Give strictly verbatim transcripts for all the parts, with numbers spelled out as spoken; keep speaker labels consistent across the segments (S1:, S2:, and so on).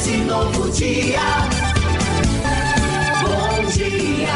S1: esse novo dia. Bom dia,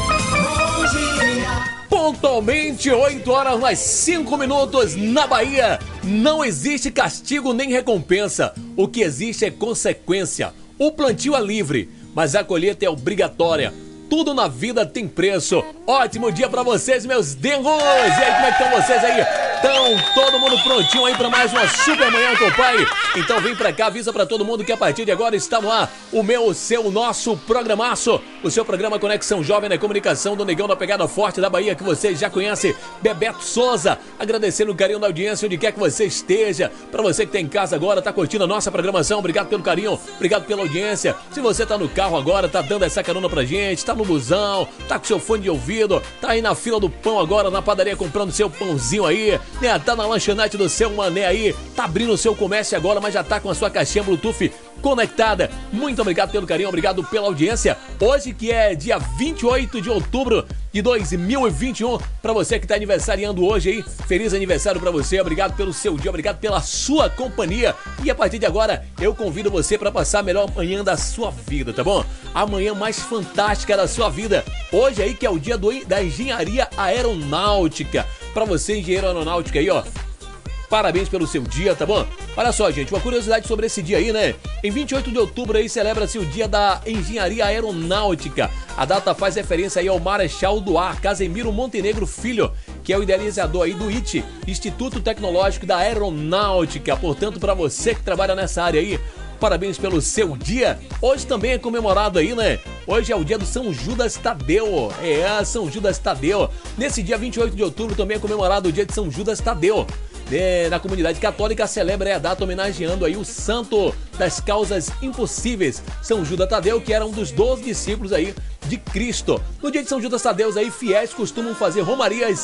S1: bom dia.
S2: Pontualmente, oito horas mais cinco minutos na Bahia. Não existe castigo nem recompensa. O que existe é consequência. O plantio é livre, mas a colheita é obrigatória. Tudo na vida tem preço. Ótimo dia pra vocês, meus dengos! E aí, como é que estão vocês aí? Estão todo mundo prontinho aí pra mais uma super manhã com o pai? Então vem pra cá, avisa pra todo mundo que a partir de agora está no ar o meu, o seu, o nosso programaço. O seu programa Conexão Jovem na Comunicação do Negão da Pegada Forte da Bahia, que vocês já conhecem, Bebeto Souza. Agradecendo o carinho da audiência, onde quer que você esteja. Pra você que tá em casa agora, tá curtindo a nossa programação, obrigado pelo carinho, obrigado pela audiência. Se você tá no carro agora, tá dando essa carona pra gente, tá no busão, tá com seu fone de ouvido, tá aí na fila do pão agora, na padaria comprando seu pãozinho aí, né? Tá na lanchonete do seu mané aí, tá abrindo o seu comércio agora, mas já tá com a sua caixinha Bluetooth conectada. Muito obrigado pelo carinho, obrigado pela audiência. Hoje que é dia vinte e oito de outubro de dois mil e vinte e um, pra você que tá aniversariando hoje aí, feliz aniversário pra você, obrigado pelo seu dia, obrigado pela sua companhia. E a partir de agora, eu convido você pra passar a melhor manhã da sua vida, tá bom? A manhã mais fantástica da sua vida. Hoje aí que é o dia do, da engenharia aeronáutica. Pra você, engenheiro aeronáutico aí, ó, parabéns pelo seu dia, tá bom? Olha só, gente, uma curiosidade sobre esse dia aí, né? Em vinte e oito de outubro aí celebra-se o dia da engenharia aeronáutica. A data faz referência aí ao Marechal do Ar, Casemiro Montenegro Filho, que é o idealizador aí do I T, Instituto Tecnológico da Aeronáutica. Portanto, para você que trabalha nessa área aí, parabéns pelo seu dia. Hoje também é comemorado aí, né? Hoje é o dia do São Judas Tadeu. É, São Judas Tadeu. Nesse dia vinte e oito de outubro também é comemorado o dia de São Judas Tadeu. É, na comunidade católica celebra a data homenageando aí o santo das causas impossíveis, São Judas Tadeu, que era um dos doze discípulos aí de Cristo. No dia de São Judas Tadeu aí, fiéis costumam fazer romarias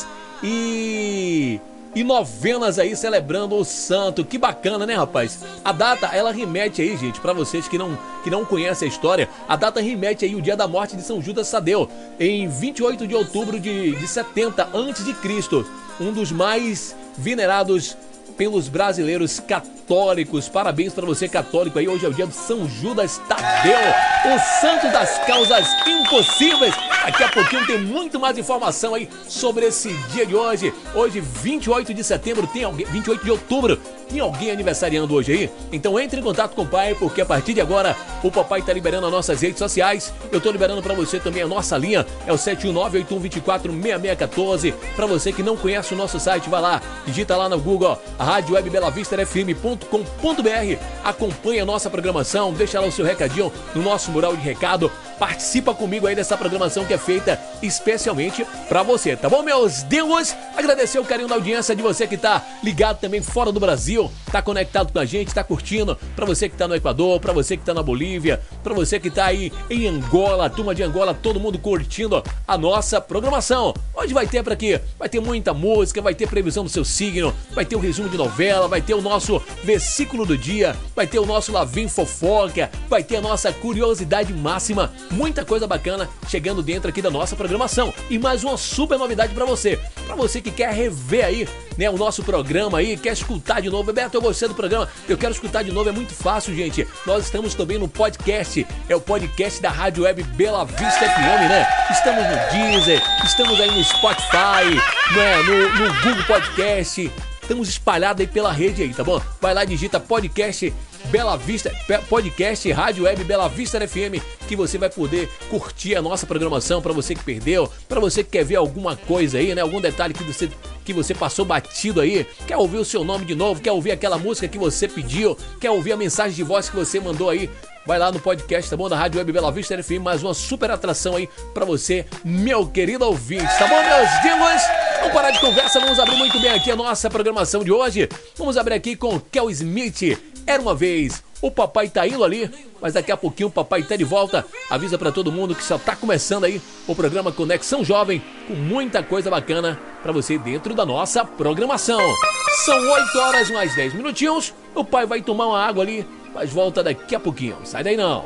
S2: e... e novenas aí celebrando o santo. Que bacana, né, rapaz? A data, ela remete aí, gente, pra vocês que não, que não conhecem a história, a data remete aí o dia da morte de São Judas Tadeu, em vinte e oito de outubro de, de setenta antes de Cristo, um dos mais venerados pelos brasileiros católicos. Parabéns para você, católico aí. Hoje é o dia do São Judas Tadeu, o santo das causas impossíveis. Daqui a pouquinho tem muito mais informação aí sobre esse dia de hoje. Hoje, vinte e oito de setembro, tem alguém, vinte e oito de outubro, tem alguém aniversariando hoje aí? Então entre em contato com o pai, porque a partir de agora o papai tá liberando as nossas redes sociais. Eu tô liberando para você também a nossa linha, é o sete um nove, oito um dois quatro, seis seis um quatro. Para você que não conhece o nosso site, vai lá, digita lá no Google, a Rádio Web Bela Vista F M ponto com ponto B R. Acompanha a nossa programação, deixa lá o seu recadinho no nosso mural de recado. Participa comigo aí dessa programação que é feita especialmente pra você, tá bom, meus deuses? Agradecer o carinho da audiência de você que tá ligado também fora do Brasil, tá conectado com a gente, tá curtindo. Pra você que tá no Equador, pra você que tá na Bolívia, pra você que tá aí em Angola, turma de Angola, todo mundo curtindo a nossa programação. Hoje vai ter pra quê? Vai ter muita música, vai ter previsão do seu signo, vai ter o resumo de novela, vai ter o nosso versículo do dia, vai ter o nosso Lavim Fofoca, vai ter a nossa curiosidade máxima. Muita coisa bacana chegando dentro aqui da nossa programação. E mais uma super novidade pra você. Pra você que quer rever aí, né, o nosso programa aí, quer escutar de novo. Bebeto, eu gostei do programa, eu quero escutar de novo, é muito fácil, gente. Nós estamos também no podcast, é o podcast da Rádio Web Bela Vista F M, né? Estamos no Deezer, estamos aí no Spotify, né, no, no Google Podcast. Estamos espalhados aí pela rede aí, tá bom? Vai lá, digita podcast Bela Vista, podcast Rádio Web Bela Vista F M, que você vai poder curtir a nossa programação. Para você que perdeu, para você que quer ver alguma coisa aí, né? Algum detalhe que você, que você passou batido aí, quer ouvir o seu nome de novo, quer ouvir aquela música que você pediu, quer ouvir a mensagem de voz que você mandou aí, vai lá no podcast, tá bom? Da Rádio Web Bela Vista F M, mais uma super atração aí pra você, meu querido ouvinte, tá bom, meus dingos? Vamos parar de conversa, vamos abrir muito bem aqui a nossa programação de hoje. Vamos abrir aqui com Kel Smith, Era Uma Vez. O papai tá indo ali, mas daqui a pouquinho o papai tá de volta. Avisa pra todo mundo que só tá começando aí o programa Conexão Jovem, com muita coisa bacana pra você dentro da nossa programação. São oito horas mais dez minutinhos. O pai vai tomar uma água ali, mas volta daqui a pouquinho. Sai daí não.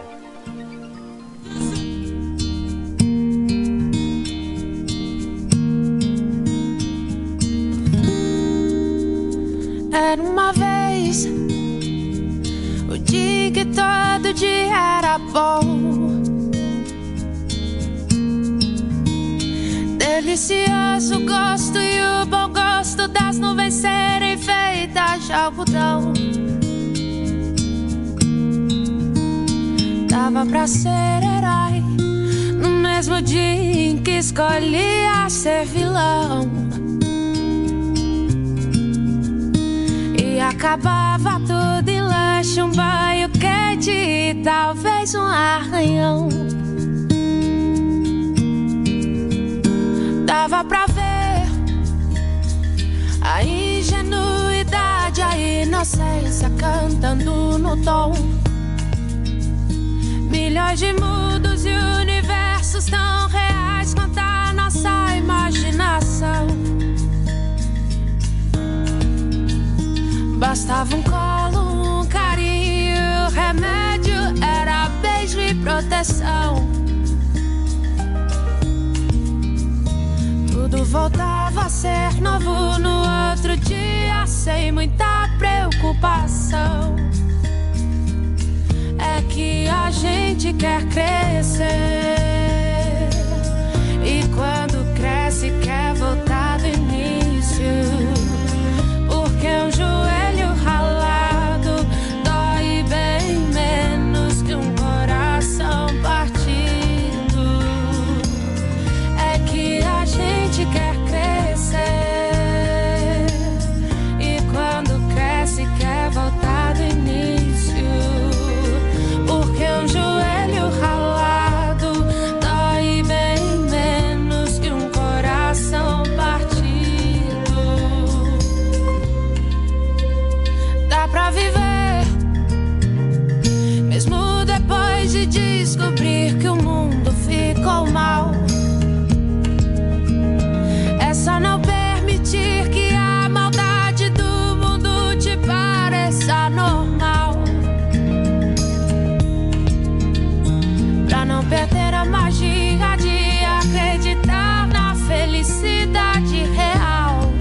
S3: Era uma vez o dia que todo saúde era bom. Delicioso o gosto e o bom gosto das nuvens serem feitas de algodão. Dava pra ser herói no mesmo dia em que escolhia ser vilão. E acabava tudo em lanche, um banho quente e talvez um arranhão. Dava pra ver a ingenuidade, a inocência cantando no tom. Milhões de mundos e universos tão reais quanto a nossa imaginação. Bastava um colo, um carinho, o remédio era beijo e proteção. Tudo voltava a ser novo no outro dia, sem muita preocupação. É que a gente quer crescer, e quando cresce quer voltar do início. Porque um joelho ralado dói bem menos que um coração partido. É que a gente quer crescer, e quando cresce quer voltar do início. Porque um joelho ralado dói bem menos que um coração partido. Dá pra viver, mesmo depois de descobrir que o mundo ficou mal. É só não permitir que a maldade do mundo te pareça normal. Pra não perder a magia de acreditar na felicidade real.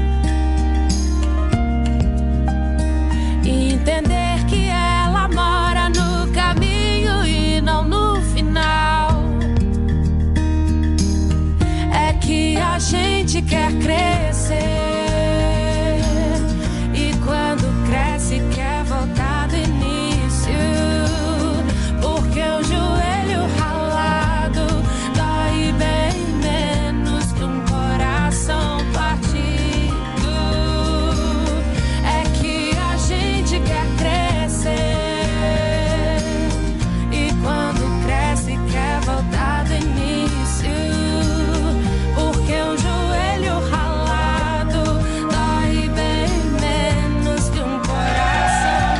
S3: E entender que ela mora no caminho e não no final. É que a gente quer crescer, e quando cresce quer voltar do início. Porque o joelho ralado dói bem menos que um coração partido. É que a gente quer crescer, e quando cresce quer voltar do início. Porque um joelho ralado dói bem menos que um coração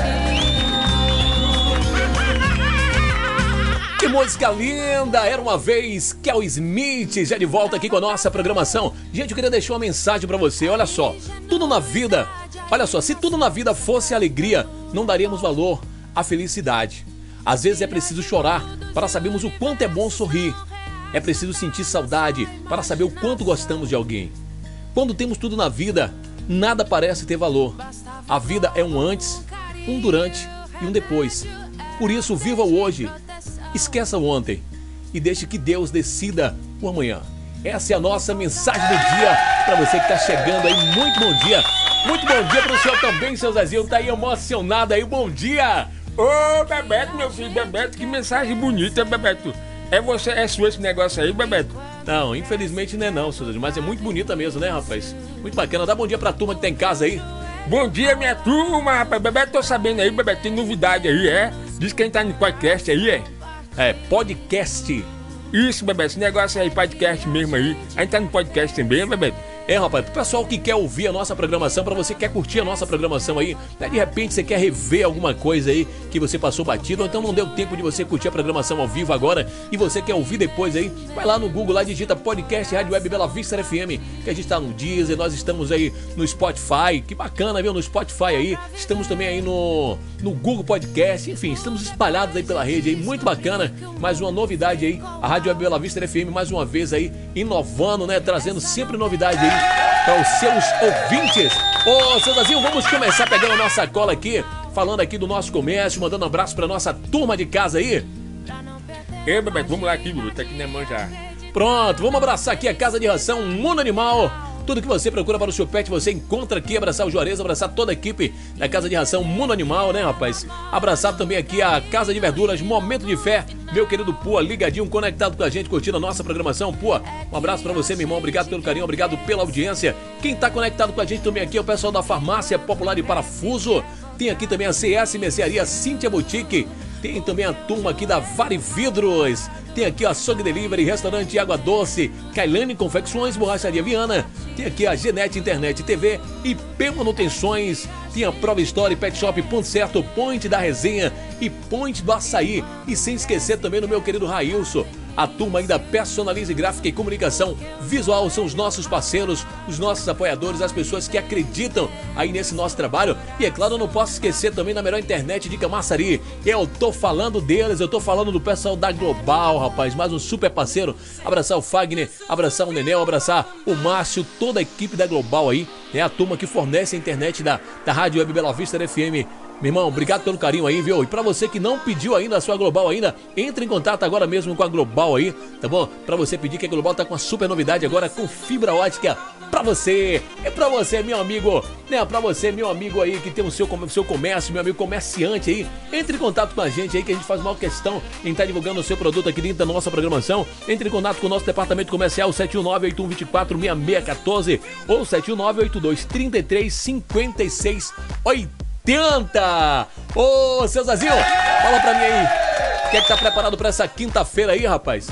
S3: partido.
S2: Que música linda! Era uma vez Kel Smith, já de volta aqui com a nossa programação. Gente, eu queria deixar uma mensagem pra você. Olha só, tudo na vida, olha só, se tudo na vida fosse alegria, não daríamos valor à felicidade. Às vezes é preciso chorar para sabermos o quanto é bom sorrir. É preciso sentir saudade para saber o quanto gostamos de alguém. Quando temos tudo na vida, nada parece ter valor. A vida é um antes, um durante e um depois. Por isso, viva o hoje, esqueça o ontem e deixe que Deus decida o amanhã. Essa é a nossa mensagem do dia para você que está chegando aí. Muito bom dia. Muito bom dia para o senhor também, seu Zezinho. Tá aí emocionado aí. Bom dia.
S4: Ô, Bebeto, meu filho, Bebeto, que mensagem bonita, Bebeto. É você, é sua esse negócio aí, Bebeto?
S2: Não, infelizmente não é não, seu Zezinho, mas é muito bonita mesmo, né, rapaz? Muito bacana. Dá bom dia pra turma que tá em casa aí.
S4: Bom dia, minha turma, rapaz. Bebeto, tô sabendo aí, Bebeto, tem novidade aí, é? Diz que a gente tá no podcast aí, é?
S2: É, podcast.
S4: Isso, Bebeto, esse negócio aí, podcast mesmo aí. A gente tá no podcast também, Bebeto?
S2: É, rapaz, pro pessoal que quer ouvir a nossa programação, pra você que quer curtir a nossa programação aí, né, de repente você quer rever alguma coisa aí que você passou batido, ou então não deu tempo de você curtir a programação ao vivo agora, e você quer ouvir depois aí, vai lá no Google, lá digita podcast Rádio Web Bela Vista F M, que a gente tá no Deezer, nós estamos aí no Spotify, que bacana, viu, no Spotify aí, estamos também aí no, no Google Podcast, enfim, estamos espalhados aí pela rede aí, muito bacana, mais uma novidade aí, a Rádio Web Bela Vista F M mais uma vez aí, inovando, né, trazendo sempre novidade aí para os seus ouvintes. Ô, seu Zazinho, vamos começar pegando a nossa cola aqui, falando aqui do nosso comércio, mandando um abraço pra nossa turma de casa aí.
S4: Ei, Bebeto, vamos lá aqui, Bebeto, tá aqui na mão já.
S2: Pronto, vamos abraçar aqui a Casa de Ração Mundo Animal. Tudo que você procura para o seu pet, você encontra aqui. Abraçar o Juarez, abraçar toda a equipe da Casa de Ração Mundo Animal, né, rapaz? Abraçar também aqui a Casa de Verduras, Momento de Fé. Meu querido Pua, ligadinho, conectado com a gente, curtindo a nossa programação. Pua, um abraço pra você, meu irmão. Obrigado pelo carinho, obrigado pela audiência. Quem tá conectado com a gente também aqui é o pessoal da Farmácia Popular de Parafuso. Tem aqui também a C S Mercearia Cíntia Boutique. Tem também a turma aqui da Vale Vidros. Tem aqui a Açougue Delivery, Restaurante Água Doce, Kailane Confecções, Borracharia Viana. Tem aqui a Genete Internet T V, I P Manutenções. Tem a Prova Store, Pet Shop, Ponto Certo, Point da Resenha e Point do Açaí. E sem esquecer também do meu querido Railson. A turma aí da Personalize Gráfica e Comunicação Visual são os nossos parceiros, os nossos apoiadores, as pessoas que acreditam aí nesse nosso trabalho. E é claro, eu não posso esquecer também da melhor internet de Camaçari. Eu tô falando deles, eu tô falando do pessoal da Global, rapaz, mais um super parceiro. Abraçar o Fagner, abraçar o Nenel, abraçar o Márcio, toda a equipe da Global aí. É a turma que fornece a internet da, da Rádio Web Bela Vista F M. Meu irmão, obrigado pelo carinho aí, viu? E pra você que não pediu ainda a sua Global ainda, entre em contato agora mesmo com a Global aí, tá bom? Pra você pedir, que a Global tá com uma super novidade agora com fibra ótica pra você. É pra você, meu amigo, né? Pra você, meu amigo aí que tem o seu, seu comércio, meu amigo comerciante aí. Entre em contato com a gente aí, que a gente faz maior questão em estar divulgando o seu produto aqui dentro da nossa programação. Entre em contato com o nosso departamento comercial, sete um nove, oito um dois quatro, seis seis um quatro ou sete um nove, oito dois três três, cinco seis oito. Ô, seu Zazinho, fala pra mim aí, o que é que tá preparado pra essa quinta-feira aí, rapaz?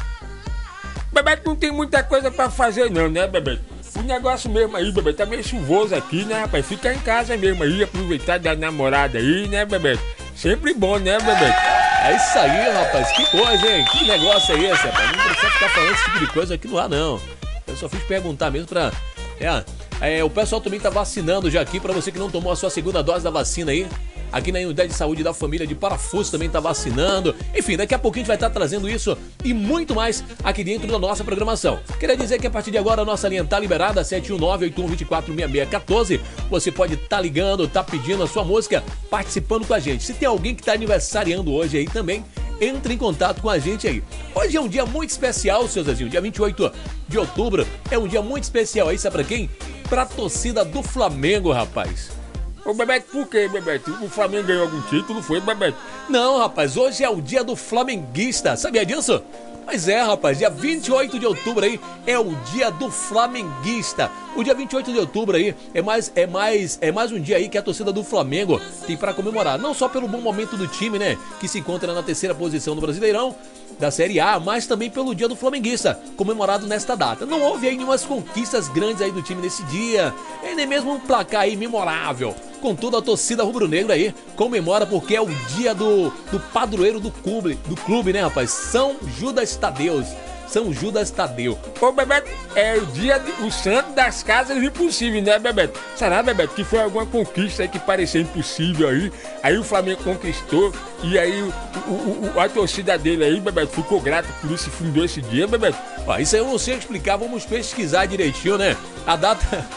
S4: Bebeto, não tem muita coisa pra fazer não, né, Bebeto? O negócio mesmo aí, Bebeto, tá meio chuvoso aqui, né, rapaz? Fica em casa mesmo aí, aproveitar da namorada aí, né, Bebeto? Sempre bom, né, Bebeto?
S2: É isso aí, rapaz, que coisa, hein? Que negócio é esse, rapaz? Não precisa ficar falando esse tipo de coisa aqui no ar, não. Eu só fiz perguntar mesmo pra... É, é, o pessoal também tá vacinando já aqui, pra você que não tomou a sua segunda dose da vacina aí. Aqui na Unidade de Saúde da Família de Parafuso também tá vacinando. Enfim, daqui a pouquinho a gente vai estar trazendo isso e muito mais aqui dentro da nossa programação. Queria dizer que a partir de agora a nossa linha tá liberada, sete um nove, oito um dois quatro, seis seis um quatro. Você pode estar tá ligando, tá pedindo a sua música, participando com a gente. Se tem alguém que tá aniversariando hoje aí também, entre em contato com a gente aí. Hoje é um dia muito especial, seu Zezinho, dia vinte e oito de outubro. É um dia muito especial aí, sabe pra quem? Pra torcida do Flamengo, rapaz.
S4: Ô, Bebeto, por que, Bebeto? O Flamengo ganhou algum título, foi, Bebeto?
S2: Não, rapaz, hoje é o dia do flamenguista, sabia disso? Pois é, rapaz, dia vinte e oito de outubro aí é o dia do flamenguista. O dia vinte e oito de outubro aí é mais, é mais, é mais um dia aí que a torcida do Flamengo tem para comemorar. Não só pelo bom momento do time, né, que se encontra na terceira posição do Brasileirão, da Série A, mas também pelo dia do flamenguista, comemorado nesta data. Não houve aí nenhumas conquistas grandes aí do time nesse dia, e nem mesmo um placar aí memorável. Contudo, a torcida rubro-negra aí comemora porque é o dia do, do padroeiro do clube, do clube, né, rapaz? São Judas Tadeu. São Judas Tadeu.
S4: Ô, Bebeto, é o dia do santo das casas impossíveis, né, Bebeto? Será, Bebeto, que foi alguma conquista aí que parecia impossível aí? Aí o Flamengo conquistou e aí o, o, o, a torcida dele aí, Bebeto, ficou grata por isso e fundou esse dia, Bebeto?
S2: Ó, isso aí eu não sei explicar, vamos pesquisar direitinho, né? A data...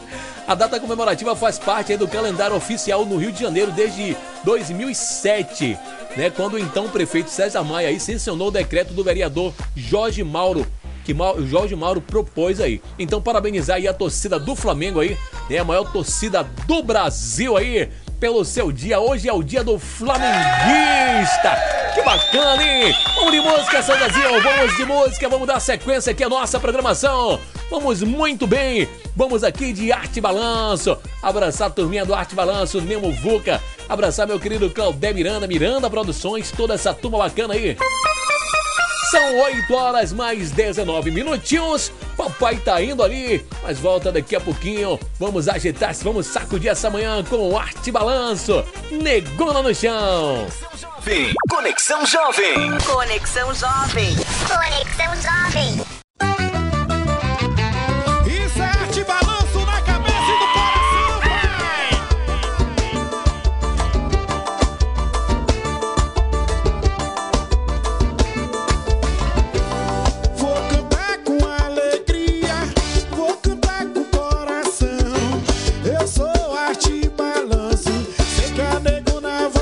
S2: A data comemorativa faz parte aí do calendário oficial no Rio de Janeiro desde dois mil e sete, né? Quando o então prefeito César Maia aí sancionou o decreto do vereador Jorge Mauro, que o Jorge Mauro propôs aí. Então, parabenizar aí a torcida do Flamengo aí, né? A maior torcida do Brasil aí, pelo seu dia. Hoje é o dia do flamenguista. Que bacana, hein? Vamos de música, Sandazinho. Vamos de música, vamos dar sequência aqui à nossa programação. Vamos muito bem. Vamos aqui de Arte Balanço. Abraçar a turminha do Arte Balanço, Nemo Vuca. Abraçar meu querido Claudé Miranda, Miranda Produções, toda essa turma bacana aí. São oito horas mais dezenove minutinhos. Papai tá indo ali, mas volta daqui a pouquinho. Vamos agitar, vamos sacudir essa manhã com o Arte Balanço. Negona no chão.
S5: Jovem. Conexão Jovem.
S6: Conexão Jovem.
S7: Conexão Jovem.
S1: Isso é arte balanço na cabeça e do coração, pai. Vou cantar com alegria, vou cantar com coração. Eu sou arte balanço, sei que a negona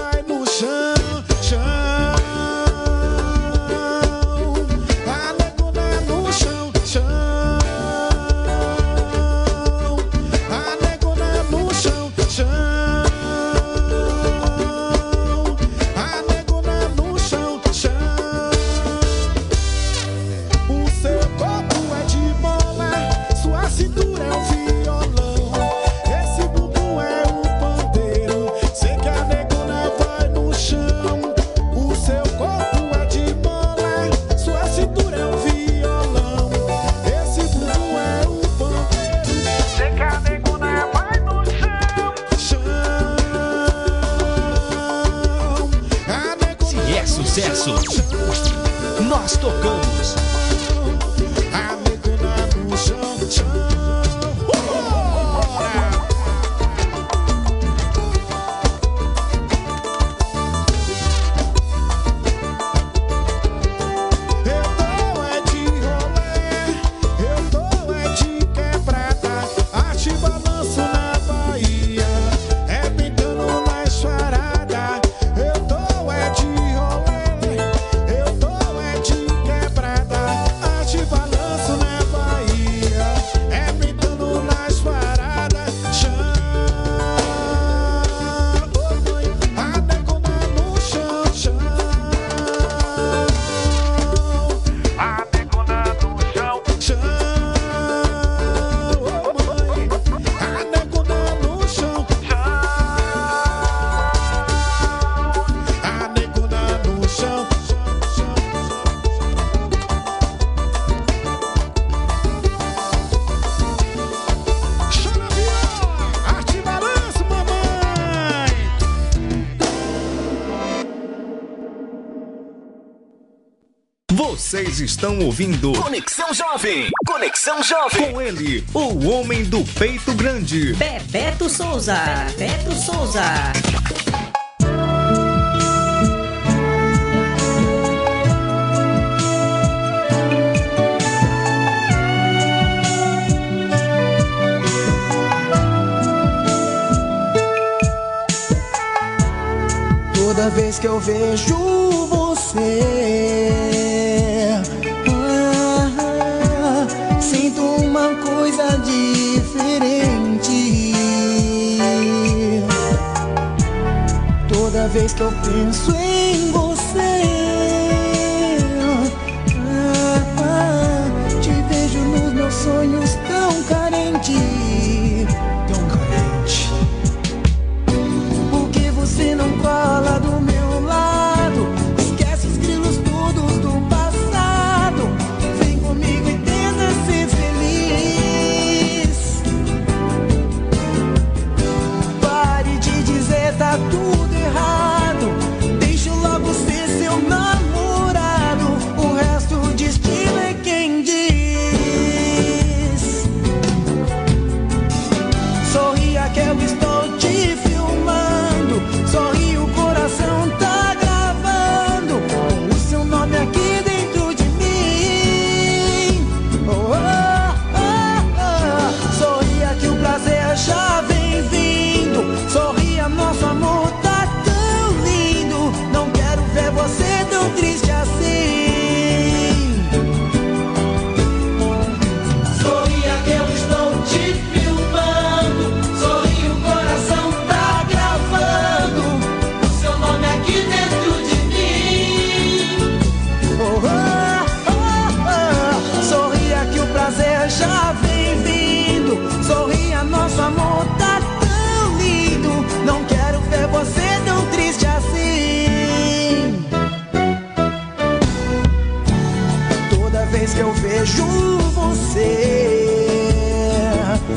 S6: sucesso. Nós tocamos.
S1: A negona no chão, chão.
S6: Vocês estão ouvindo
S5: Conexão Jovem. Conexão Jovem.
S6: Com ele, o homem do peito grande,
S8: Bebeto Souza. Bebeto Souza.
S9: Toda vez que eu vejo você, sinto uma coisa diferente. Toda vez que eu penso em você, te vejo nos meus sonhos tão carente, tão carente. Por que você não cola do meu lado? Esquece os grilos todos do passado. Vem comigo e tenta ser feliz. Pare de dizer tá tudo errado. Deixa eu logo ser seu namorado. O resto o destino é quem diz. Sorria que eu estou te filmando. Sorri, o coração tá gravando o seu nome aqui dentro de mim. Oh, oh, oh, oh. Sorria que o prazer já vem vindo. Sorria, nosso amor tá tão lindo. Não quero ver você tão triste assim. Sorria que eu estou te filmando. Sorri, o coração tá gravando o seu nome aqui dentro de mim. Oh, oh, oh, oh. Sorria que o prazer já vem vindo. Sorria, nosso amor tá tão lindo. Não quero ver você tão triste assim. Toda vez que eu vejo você,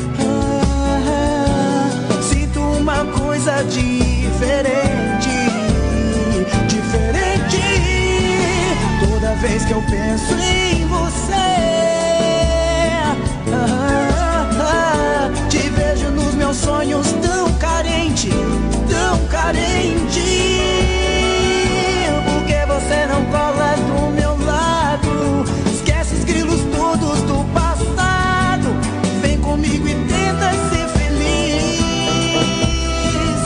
S9: ah, sinto uma coisa diferente, diferente. Toda vez que eu penso em você, ah, ah, te vejo nos meus sonhos tão carente, tão carente. Por que você não cola do meu lado? Esquece os grilos todos do passado. Vem comigo e tenta ser feliz.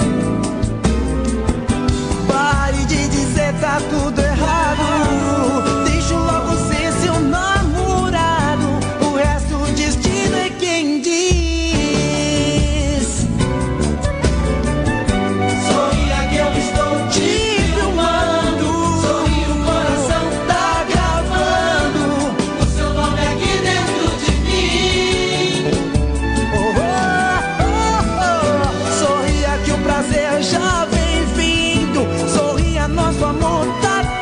S9: Pare de dizer tá tudo errado. Deixa eu logo ser seu namorado. O resto o destino é quem diz. Sorria que eu estou te filmando. Sorri, o coração tá gravando o seu nome aqui dentro de mim. Oh, oh, oh, oh. Sorria que o prazer já vem vindo. Sorria, nosso amor tá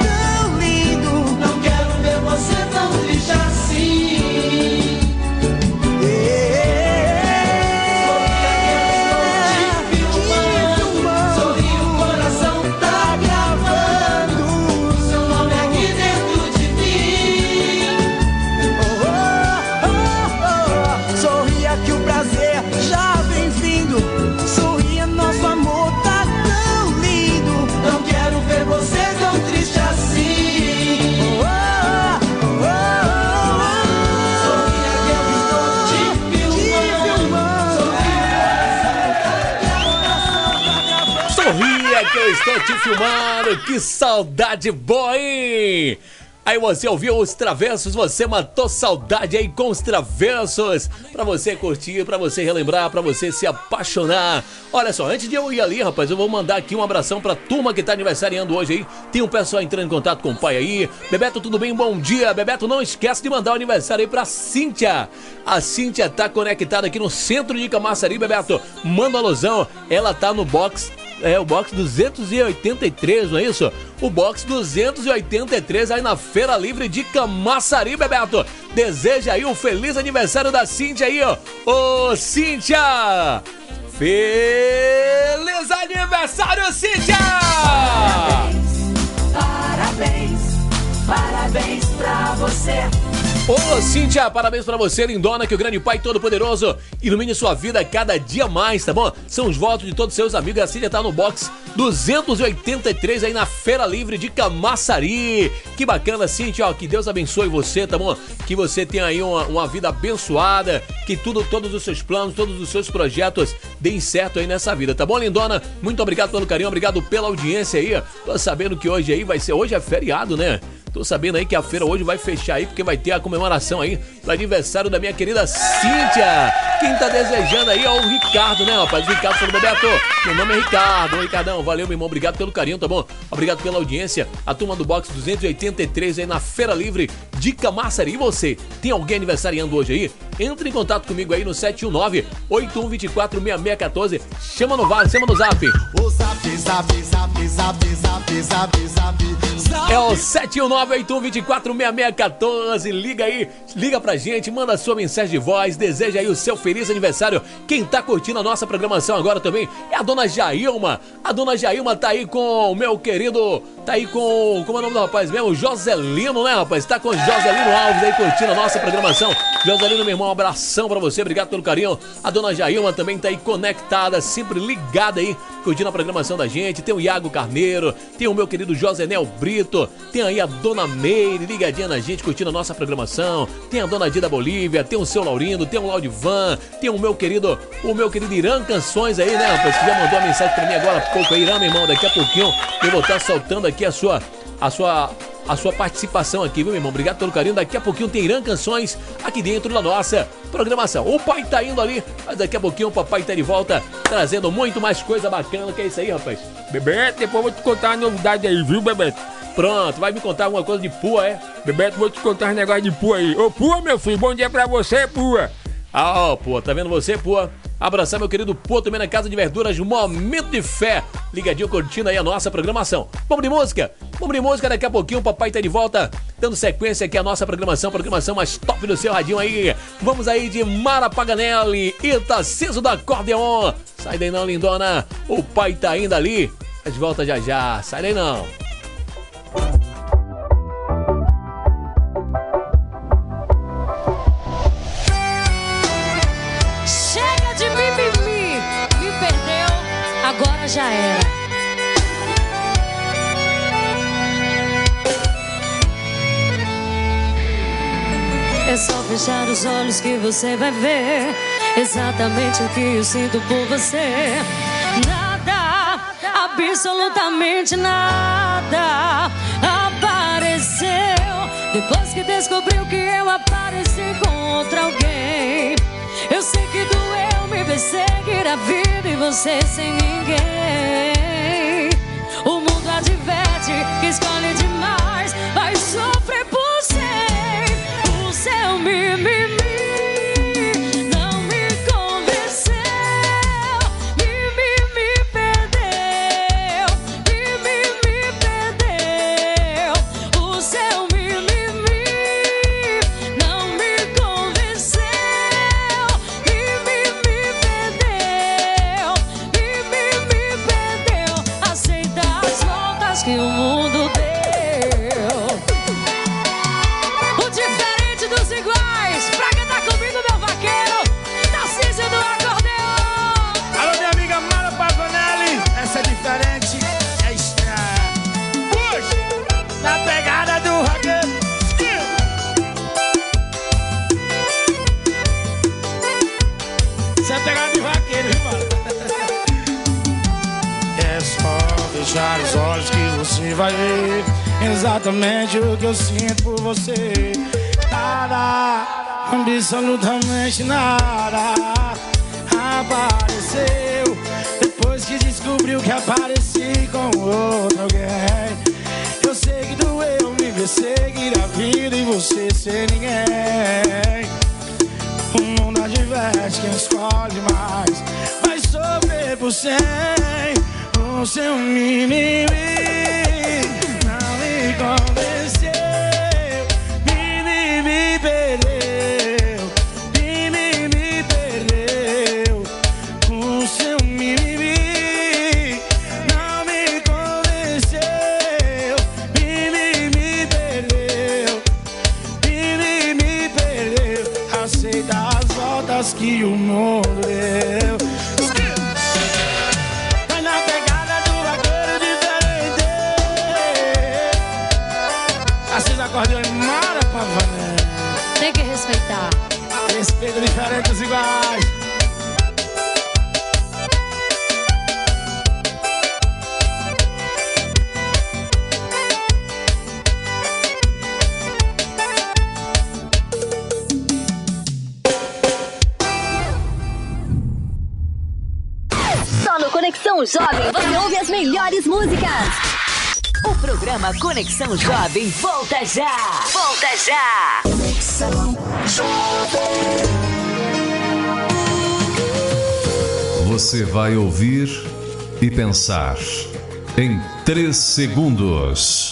S2: filmando, estou te filmando. Que saudade boa, hein? Aí você ouviu os Travessos, você matou saudade aí com os Travessos. Pra você curtir, pra você relembrar, pra você se apaixonar. Olha só, antes de eu ir ali, rapaz, eu vou mandar aqui um abração pra turma que tá aniversariando hoje aí. Tem um pessoal entrando em contato com o pai aí. Bebeto, tudo bem? Bom dia. Bebeto, não esquece de mandar o aniversário aí pra Cíntia. A Cíntia tá conectada aqui no centro de Camaçari, Bebeto. Manda uma alusão, ela tá no box... É o box duzentos e oitenta e três, não é isso? O box duzentos e oitenta e três aí na Feira Livre de Camaçari, Bebeto. Deseja aí um feliz aniversário da Cíntia aí, ó. Ô, Cíntia! Feliz aniversário, Cíntia!
S9: Parabéns, parabéns, parabéns pra você.
S2: Ô, Cíntia, parabéns pra você, lindona, que o grande Pai Todo-Poderoso ilumine sua vida cada dia mais, tá bom? São os votos de todos os seus amigos. A Cíntia tá no box duzentos e oitenta e três aí na Feira Livre de Camaçari. Que bacana, Cíntia, ó, que Deus abençoe você, tá bom? Que você tenha aí uma, uma vida abençoada, que tudo, todos os seus planos, todos os seus projetos deem certo aí nessa vida, tá bom, lindona? Muito obrigado pelo carinho, obrigado pela audiência aí. Tô sabendo que hoje aí vai ser, hoje é feriado, né? Tô sabendo aí que a feira hoje vai fechar aí, porque vai ter a comemoração aí do aniversário da minha querida Cíntia. Quem tá desejando aí é o Ricardo, né, rapaz? O Ricardo falou, Bebeto, meu nome é Ricardo. Ô, Ricardão, valeu, meu irmão, obrigado pelo carinho, tá bom? Obrigado pela audiência. A turma do box duzentos e oitenta e três aí na Feira Livre de Camaçari. E você, tem alguém aniversariando hoje aí? Entre em contato comigo aí no sete um nove, oito um dois quatro, seis seis um quatro. Chama no vale, chama no zap.
S1: O zap, zap, zap, zap, zap, zap, zap.
S2: É o sete um nove, oito um dois quatro, seis seis um quatro. Liga aí, liga pra gente, manda sua mensagem de voz, deseja aí o seu feliz aniversário. Quem tá curtindo a nossa programação agora também é a dona Jailma. A dona Jailma tá aí com o meu querido, tá aí com, como é o nome do rapaz mesmo? Joselino, né, rapaz? Tá com o Joselino Alves aí curtindo a nossa programação. Joselino, meu irmão, um abração pra você, obrigado pelo carinho. A dona Jailma também tá aí conectada, sempre ligada aí, curtindo a programação da gente. Tem o Iago Carneiro, tem o meu querido Josenel Brito, tem aí a dona Meire ligadinha na gente, curtindo a nossa programação. Tem a dona Dida Bolívia, tem o seu Laurindo, tem o Laudivan, tem o meu querido, o meu querido Irã Canções aí, né, rapaz, que já mandou uma mensagem pra mim agora há pouco aí. Irã, meu irmão, daqui a pouquinho eu vou estar soltando aqui a sua, a sua, a sua participação aqui, viu, meu irmão? Obrigado pelo carinho. Daqui a pouquinho tem Irã Canções aqui dentro da nossa programação. O pai tá indo ali, mas daqui a pouquinho o papai tá de volta, trazendo muito mais coisa bacana. Que é isso aí, rapaz?
S4: Bebeto, depois eu vou te contar uma novidade aí, viu, Bebeto?
S2: Pronto, vai me contar alguma coisa de pua, é?
S4: Bebeto, vou te contar um negócio de pua aí. Ô, Pua, meu filho, bom dia pra você, Pua.
S2: Ah, ó, Pua, tá vendo você, Pua? Abraçar meu querido Pua também na Casa de Verduras, Momento de Fé. Ligadinho, curtindo aí a nossa programação. Vamos de música? Vamos de música, daqui a pouquinho o papai tá de volta, dando sequência aqui à nossa programação, programação mais top do seu radinho aí. Vamos aí de Mara Paganelli, Itaciso do Acordeon. Sai daí não, lindona, o pai tá indo ali. Mas volta já já, sai daí não.
S3: Chega de mimimi, me perdeu, agora já era. É só fechar os olhos que você vai ver exatamente o que eu sinto por você. Nada, absolutamente nada apareceu depois que descobriu que eu apareci com outro alguém. Eu sei que doeu me ver seguir a vida e você sem ninguém. O mundo adverte que escolhe demais, vai sofrer por ser o seu mimimi. Não me convenceu, mimimi perdeu, mimimi perdeu. O seu mimimi não me convenceu, mimimi perdeu, mimimi perdeu. Aceita as voltas que o mundo deu. O diferente dos iguais, pra cantar comigo, meu vaqueiro, Tarcísio do Acordeon.
S1: Alô, minha amiga Mara Paganelli, essa é diferente, é estranha. Puxa, na pegada do ragueiro. Isso é pegada de vaqueiro, viu, mano? É só fechar os olhos que você vai ver exatamente o que eu sinto por você. Nada, absolutamente nada apareceu depois que descobriu que apareci com outro alguém. Eu sei que doeu me ver seguir a vida e você ser ninguém. O mundo adverte quem escolhe mais vai sofrer por cem. O seu mimimi não me convenceu. Mimimi me perdeu. Mimimi me perdeu. O seu mimimi não me convenceu. Mimimi me perdeu. Mimimi me perdeu. Aceita as voltas que o mundo deu. Acordeão é mara pra valer.
S3: Tem que respeitar.
S1: Respeito diferentes iguais.
S10: Só no Conexão Jovem você ouve as melhores músicas. O programa Conexão Jovem volta já! Volta já! Conexão Jovem.
S11: Você vai ouvir e pensar em três segundos.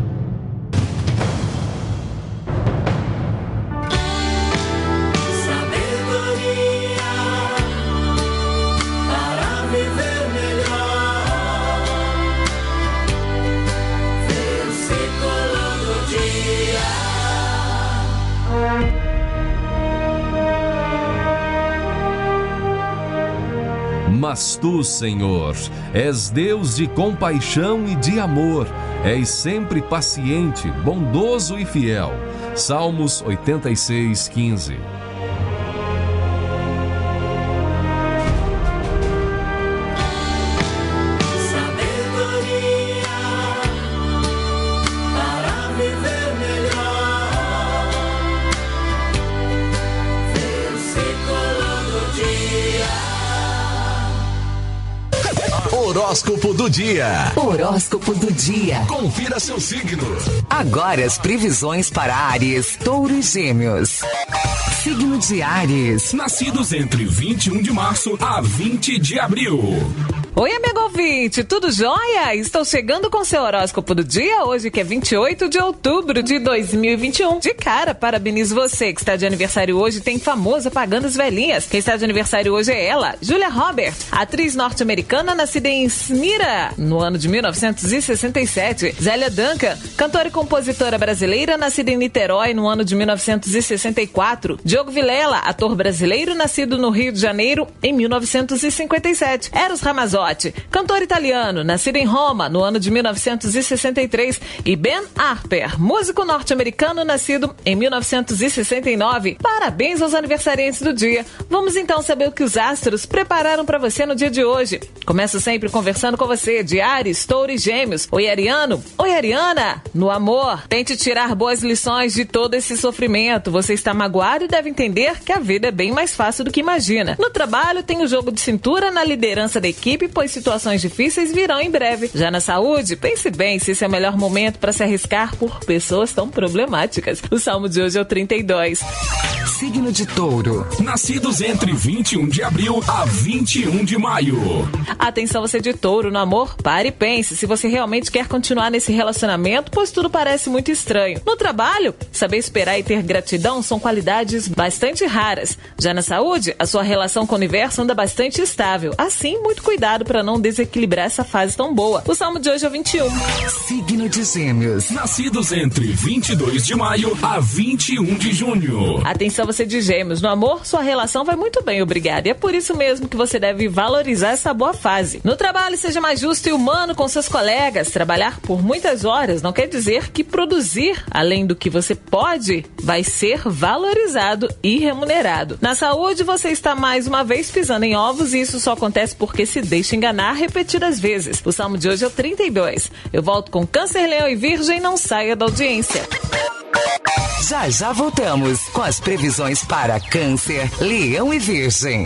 S11: Mas tu, Senhor, és Deus de compaixão e de amor, és sempre paciente, bondoso e fiel. Salmos oitenta e seis, quinze.
S5: Horóscopo do dia.
S10: Horóscopo do dia.
S5: Confira seu signo.
S10: Agora as previsões para Áries, Touro e Gêmeos. Signo de Áries.
S5: Nascidos entre vinte e um de março a vinte de abril.
S12: Oi, amigo ouvinte, tudo jóia? Estou chegando com seu horóscopo do dia, hoje que é vinte e oito de outubro de dois mil e vinte e um. De cara, parabenizo você que está de aniversário hoje, tem famoso apagando as velhinhas. Quem está de aniversário hoje é ela, Julia Roberts, atriz norte-americana nascida em Smyrna, no ano de mil novecentos e sessenta e sete. Zélia Duncan, cantora e compositora brasileira, nascida em Niterói, no ano de mil novecentos e sessenta e quatro. Diogo Vilela, ator brasileiro, nascido no Rio de Janeiro, em mil novecentos e cinquenta e sete. Eros Ramazzotti, cantor italiano, nascido em Roma, no ano de mil novecentos e sessenta e três, e Ben Harper, músico norte-americano, nascido em mil novecentos e sessenta e nove. Parabéns aos aniversariantes do dia. Vamos então saber o que os astros prepararam para você no dia de hoje. Começo sempre conversando com você, de Áries, Touro e Gêmeos. Oi, Ariano. Oi, Ariana. No amor, tente tirar boas lições de todo esse sofrimento. Você está magoado e deve entender que a vida é bem mais fácil do que imagina. No trabalho, tem o jogo de cintura na liderança da equipe, pois situações difíceis virão em breve. Já na saúde, pense bem se esse é o melhor momento para se arriscar por pessoas tão problemáticas. O salmo de hoje é o trinta e dois.
S10: Signo de Touro.
S5: Nascidos entre vinte e um de abril a vinte e um de maio.
S12: Atenção, você de Touro, no amor, pare e pense se você realmente quer continuar nesse relacionamento, pois tudo parece muito estranho. No trabalho, saber esperar e ter gratidão são qualidades bastante raras. Já na saúde, a sua relação com o universo anda bastante estável. Assim, muito cuidado para não desequilibrar essa fase tão boa. O salmo de hoje é o vinte e um.
S10: Signo de Gêmeos.
S5: Nascidos entre vinte e dois de maio a vinte e um de junho.
S12: Atenção, você de Gêmeos, no amor, sua relação vai muito bem, obrigada. E é por isso mesmo que você deve valorizar essa boa fase. No trabalho, seja mais justo e humano com seus colegas. Trabalhar por muitas horas não quer dizer que produzir além do que você pode vai ser valorizado e remunerado. Na saúde, você está mais uma vez pisando em ovos e isso só acontece porque se deixa te enganar repetidas vezes. O salmo de hoje é o trinta e dois. Eu volto com Câncer, Leão e Virgem, não saia da audiência.
S10: Já já voltamos com as previsões para Câncer, Leão e Virgem.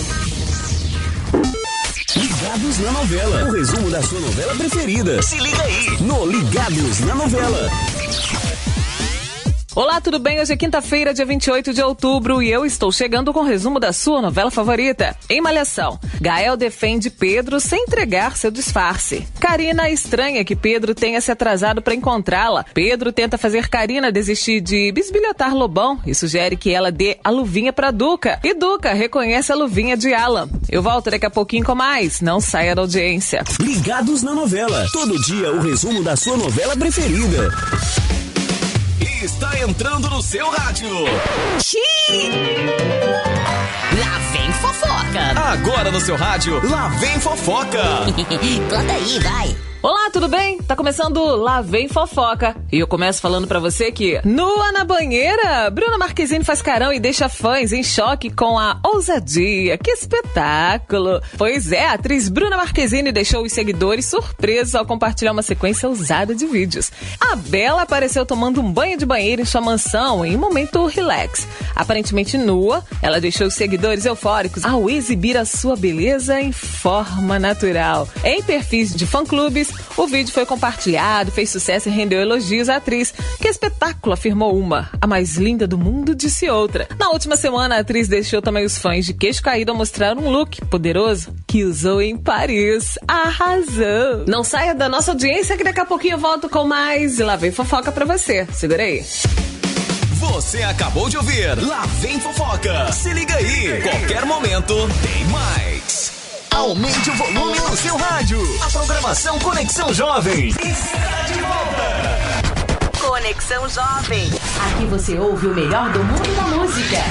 S13: Ligados na Novela, o resumo da sua novela preferida. Se liga aí, no Ligados na Novela.
S12: Olá, tudo bem? Hoje é quinta-feira, dia vinte e oito de outubro, e eu estou chegando com o resumo da sua novela favorita. Em Malhação, Gael defende Pedro sem entregar seu disfarce. Karina estranha que Pedro tenha se atrasado para encontrá-la. Pedro tenta fazer Karina desistir de bisbilhotar Lobão e sugere que ela dê a luvinha para Duca. E Duca reconhece a luvinha de Alan. Eu volto daqui a pouquinho com mais. Não saia da audiência.
S13: Ligados na Novela. Todo dia o resumo da sua novela preferida.
S6: Está entrando no seu rádio.
S10: Xiii! Lá vem fofoca.
S6: Agora no seu rádio, lá vem fofoca.
S10: Conta aí, vai.
S12: Olá, tudo bem? Tá começando Lá Vem Fofoca. E eu começo falando pra você que, nua na banheira, Bruna Marquezine faz carão e deixa fãs em choque com a ousadia. Que espetáculo! Pois é, a atriz Bruna Marquezine deixou os seguidores surpresos ao compartilhar uma sequência ousada de vídeos. A Bela apareceu tomando um banho de banheiro em sua mansão em um momento relax. Aparentemente nua, ela deixou os seguidores eufóricos ao exibir a sua beleza em forma natural. Em perfis de fã-clubes, o vídeo foi compartilhado, fez sucesso e rendeu elogios à atriz. Que espetáculo, afirmou uma. A mais linda do mundo, disse outra. Na última semana, a atriz deixou também os fãs de queixo caído a mostrar um look poderoso que usou em Paris. Arrasou! Não saia da nossa audiência que daqui a pouquinho eu volto com mais e Lá Vem Fofoca pra você. Segura aí.
S6: Você acabou de ouvir Lá Vem Fofoca. Se liga aí, qualquer momento tem mais. Aumente o volume do seu rádio. A programação Conexão Jovem está de volta.
S10: Conexão Jovem. Aqui você ouve o melhor do mundo da música.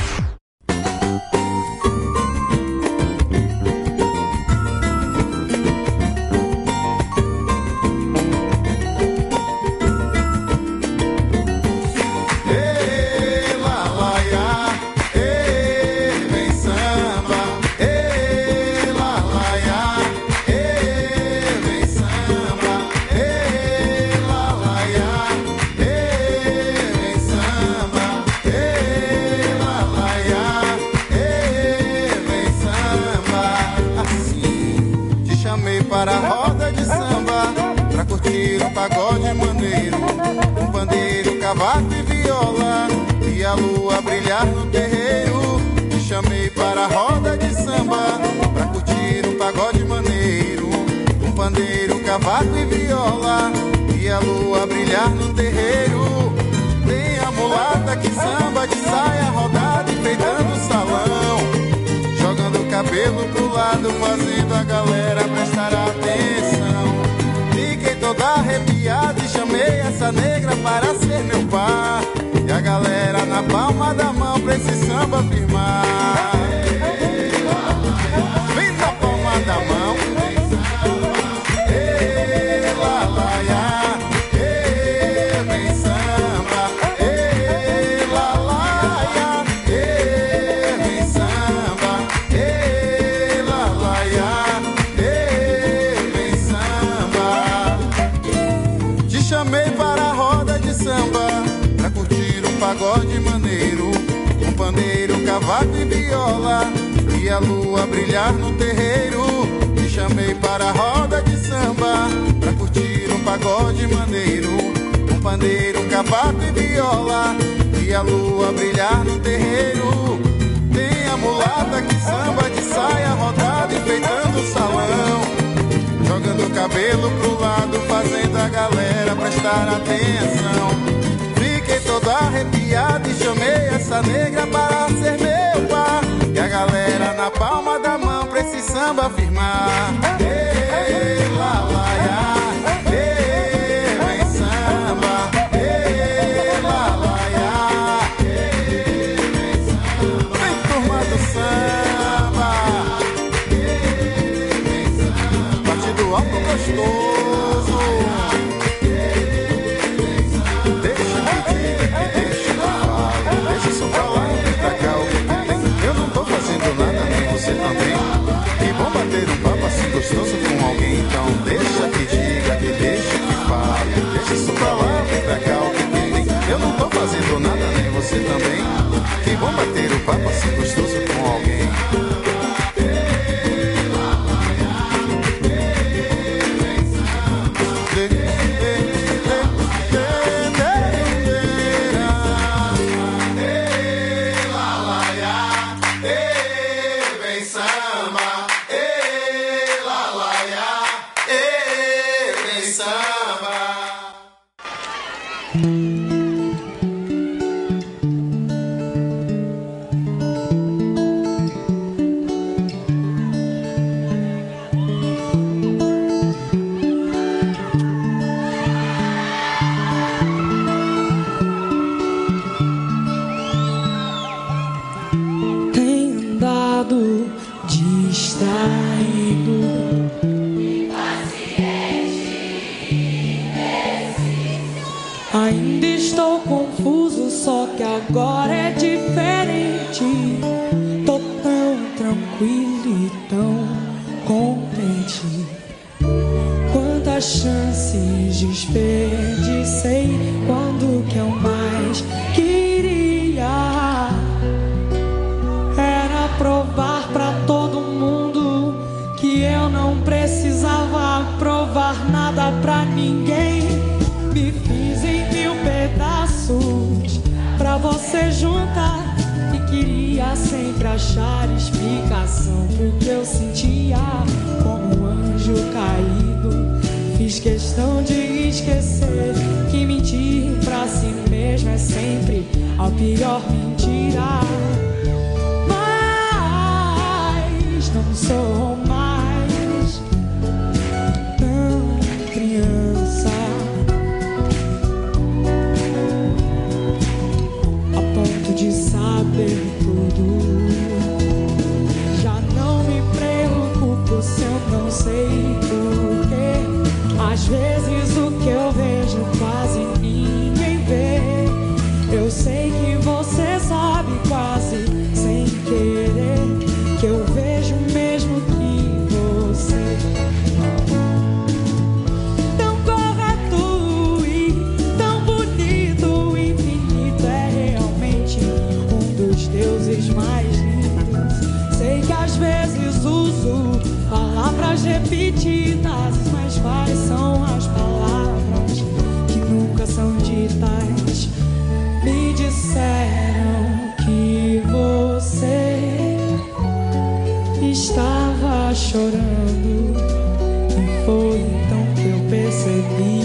S14: Para a roda de samba, pra curtir um pagode maneiro, um bandeiro, cavaco e viola, e a lua brilhar no terreiro. Te chamei para a roda de samba, pra curtir um pagode maneiro, um bandeiro, cavaco e viola, e a lua brilhar no terreiro. Tem a mulata que samba de saia rodada, enfeitando o salão, jogando o cabelo pro lado, fazendo a galera prestar atenção. Fiquei toda arrepiada e chamei essa negra para ser meu par, e a galera na palma da mão pra esse samba firmar. Vem na palma da mão. Pagode maneiro, um pandeiro, cavaco e viola, e a lua brilhar no terreiro. Te chamei para a roda de samba, pra curtir um pagode maneiro, um pandeiro, um cavaco e viola, e a lua brilhar no terreiro. Tem a mulata que samba de saia rodada, enfeitando o salão, jogando o cabelo pro lado, fazendo a galera prestar atenção. Fiquei todo arrepiado e chamei essa negra para ser meu par, e a galera na palma da mão pra esse samba firmar. Ei, lá, lá, ia, ei, vem samba. Ei, lá, lá, ia, ei, vem samba. Vem turma do samba. Ei, vem samba. Partido alto gostoso. Você também, que bom bater um papo assim gostoso. você também. Que bom bater o papo assim gostoso com alguém.
S9: Ainda estou confuso, só que agora é diferente. Tô tão tranquilo e tão contente. Quantas chances desperdicei quando que eu mais queria era provar pra todo mundo que eu não precisava provar nada pra ninguém. Me fiz em mil pedaços pra você juntar e queria sempre achar explicação pro que eu sentia como um anjo caído. Fiz questão de esquecer que mentir pra si mesmo é sempre a pior mentira. Mas não sou mais tão criança de saber tudo. Já não me preocupo se eu não sei porquê. Às vezes o que eu vejo quase ninguém vê. Eu sei que você sabe quase sem querer que eu vejo mesmo que você. Tão correto e tão bonito, infinito é realmente um dos deuses mais lindos. Sei que às vezes uso palavras repetidas, mas quais são as palavras que nunca são ditas? Me disseram que você estava chorando e foi então que eu percebi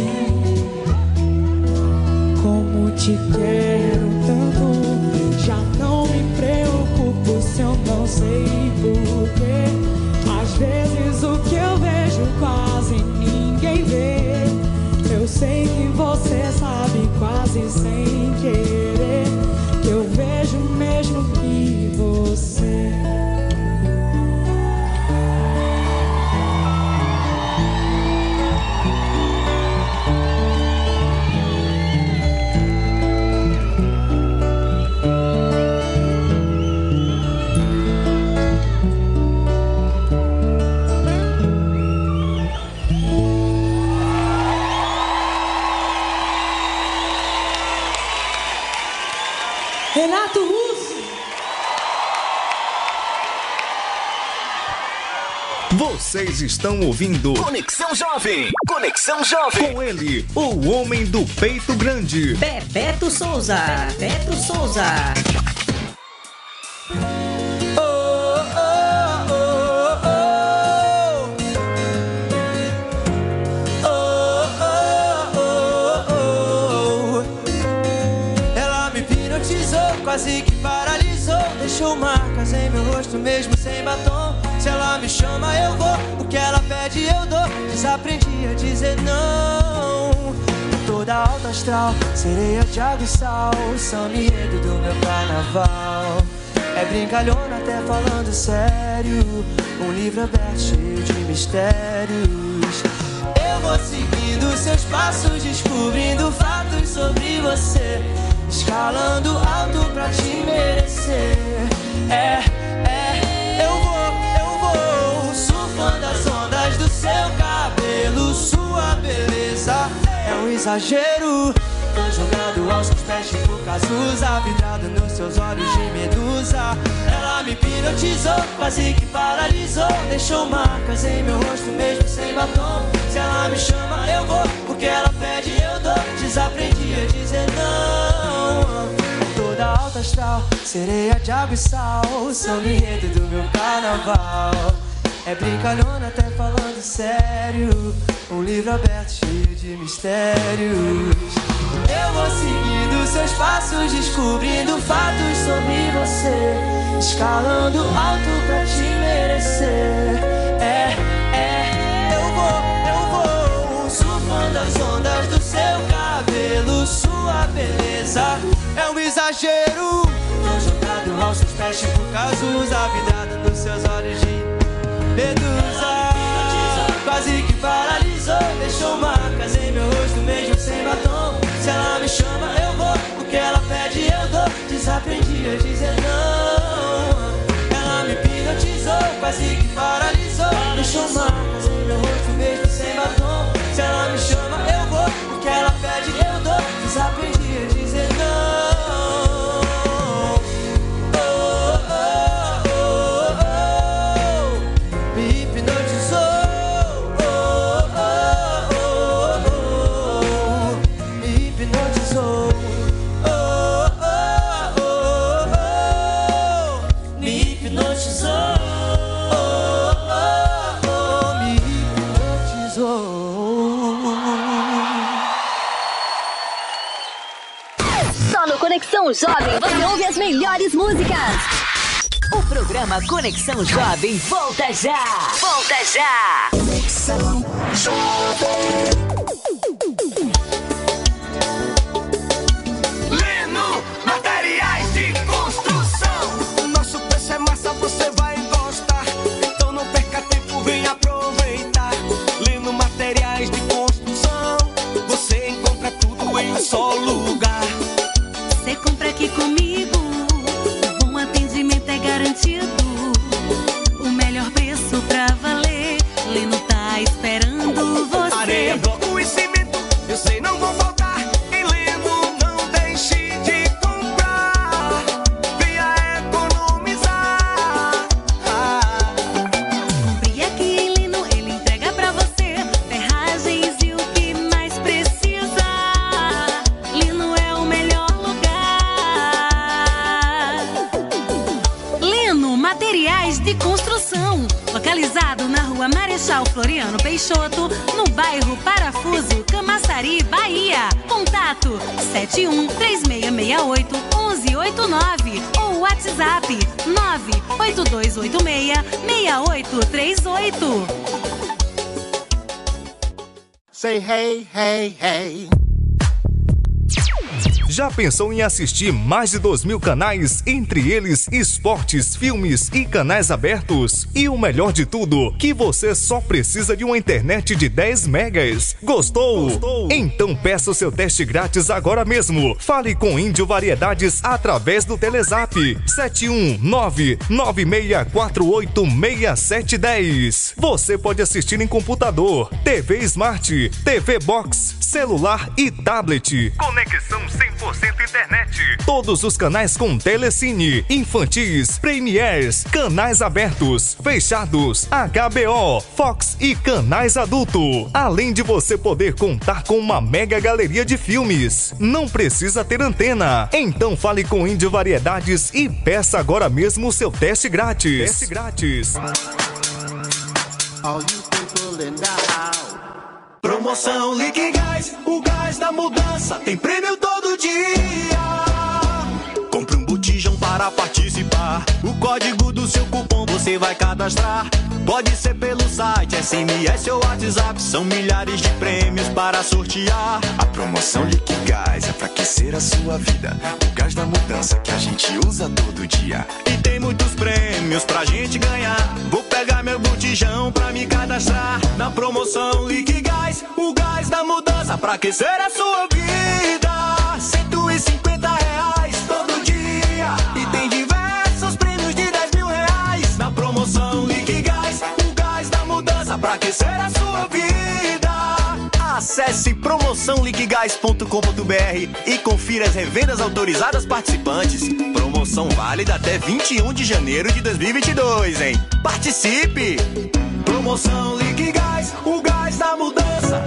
S9: como te quero tanto. Já não me preocupo se eu não sei porquê. Às vezes o que eu vejo quase ninguém vê. Eu sei que você sabe quase sem querer que eu vejo mesmo que você. Renato Russo.
S6: Vocês estão ouvindo Conexão Jovem. Conexão Jovem. Com ele, o homem do peito grande,
S8: Bebeto Souza. Bebeto Souza.
S9: Quase que paralisou, deixou marcas em meu rosto mesmo sem batom. Se ela me chama eu vou, o que ela pede eu dou. Desaprendi a dizer não. Toda alta astral, sereia de água e sal, são enredo do meu carnaval. É brincalhona até falando sério, um livro aberto cheio de mistérios. Eu vou seguindo seus passos, descobrindo fatos sobre você, escalando alto pra te merecer. É, é, eu vou, eu vou surfando as ondas do seu cabelo. Sua beleza é um exagero. Tô jogado aos seus pés tipo Cazuza, vidrado nos seus olhos de medusa. Ela me hipnotizou, quase que paralisou, deixou marcas em meu rosto mesmo sem batom. Se ela me chama eu vou, porque ela pede eu dou. Desaprendi a dizer não. É toda alta astral, sereia de água e sal, samba enredo do meu carnaval. É brincalhona até falando sério, um livro aberto cheio de mistérios. Eu vou seguindo seus passos, descobrindo fatos sobre você, escalando alto pra te merecer. É, é, eu vou, eu vou, surfando as ondas do seu cabelo. Sua beleza é um exagero. Tô jogado aos seus pés tipo Cazuza, vidrado nos seus olhos de medusa. Quase que paralisou, deixou marcas em meu rosto mesmo sem batom. Se ela me chama eu vou, o que ela pede eu dou. Desaprendi a dizer não. Ela me hipnotizou, quase que paralisou, deixou marcas em meu rosto mesmo sem batom. Se ela me chama eu vou, o que ela pede eu dou. Desaprendi a dizer não.
S10: Conexão Jovem, você ouve as melhores músicas. O programa Conexão Jovem volta já. Volta já. Conexão Jovem.
S9: Leno, materiais de construção. O nosso preço é massa, você vai gostar. Então não perca tempo, vem aproveitar. Leno, materiais de construção. Você encontra tudo em um só lugar.
S15: Você compra aqui comigo, o bom atendimento é garantido. O melhor preço pra valer, Leno tá esperando você.
S9: Areia, bloco e cimento, eu sei não vou faltar. Em Leno não deixe de comprar, venha economizar.
S15: Ah. Compre aqui em Leno, ele entrega pra você ferragens e o que mais precisa. Leno é o melhor Materiais de construção, localizado na rua Marechal Floriano Peixoto, no bairro Parafuso, Camaçari, Bahia. Contato sete um três seis seis oito um um oito nove ou WhatsApp nove oito dois oito seis seis oito três oito.
S16: Say hey, hey, hey.
S17: Já pensou em assistir mais de dois mil canais, entre eles esportes, filmes e canais abertos? E o melhor de tudo, que você só precisa de uma internet de dez megas. Gostou? Gostou? Então peça o seu teste grátis agora mesmo. Fale com Índio Variedades através do Telezap sete um nove nove seis quatro oito seis sete um zero. Você pode assistir em computador, T V Smart, T V Box, celular e tablet. Conexão cem por cento internet. Todos os canais com Telecine, infantis, premiers, canais abertos, fechados, H B O, Fox e canais adulto. Além de você poder contar com uma mega galeria de filmes. Não precisa ter antena. Então fale com Índio Variedades e peça agora mesmo o seu teste grátis. Teste grátis.
S9: All you people in the house. Promoção Liquigás, o gás da mudança tem prêmio todo dia. Compre um botijão para participar. O código do seu cupom você vai cadastrar. Pode ser pelo site, S M S ou WhatsApp. São milhares de prêmios para sortear. A promoção Liquigás é pra aquecer a sua vida. O gás da mudança que a gente usa todo dia. E tem muitos prêmios pra gente ganhar. Vou pegar meu botijão pra me cadastrar. Na promoção Liquigás, o gás da mudança pra aquecer a sua vida. Cento e cinquenta reais todo dia. E tem diversos prêmios de dez mil reais. Na promoção Liquigás, o gás da mudança pra aquecer a sua vida. Acesse
S6: promoção liquigás ponto com ponto br e confira as revendas autorizadas participantes. Promoção válida até vinte e um de janeiro de dois mil e vinte e dois, hein? Participe! Promoção Liquigás, o gás da mudança.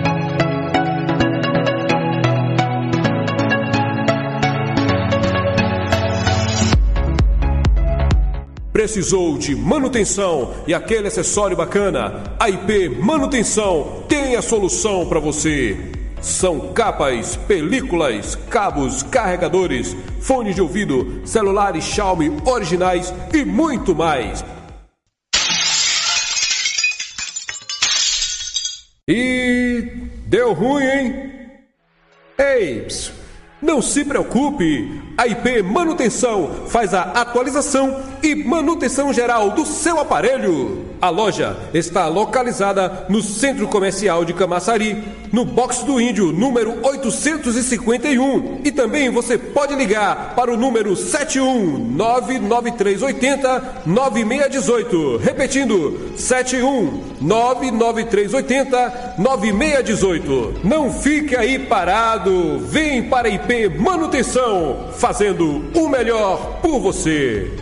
S18: Precisou de manutenção e aquele acessório bacana? A I P Manutenção tem a solução para você. São capas, películas, cabos, carregadores, fones de ouvido, celulares Xiaomi originais e muito mais. E deu ruim, hein? Ei, psiu. Não se preocupe, a I P Manutenção faz a atualização e manutenção geral do seu aparelho. A loja está localizada no Centro Comercial de Camaçari, no Box do Índio, número oitocentos e cinquenta e um. E também você pode ligar para o número sete um nove nove três oito zero nove seis um oito. Repetindo, sete um nove nove três oito zero nove seis um oito. Não fique aí parado, vem para a I P Manutenção, fazendo o melhor por você.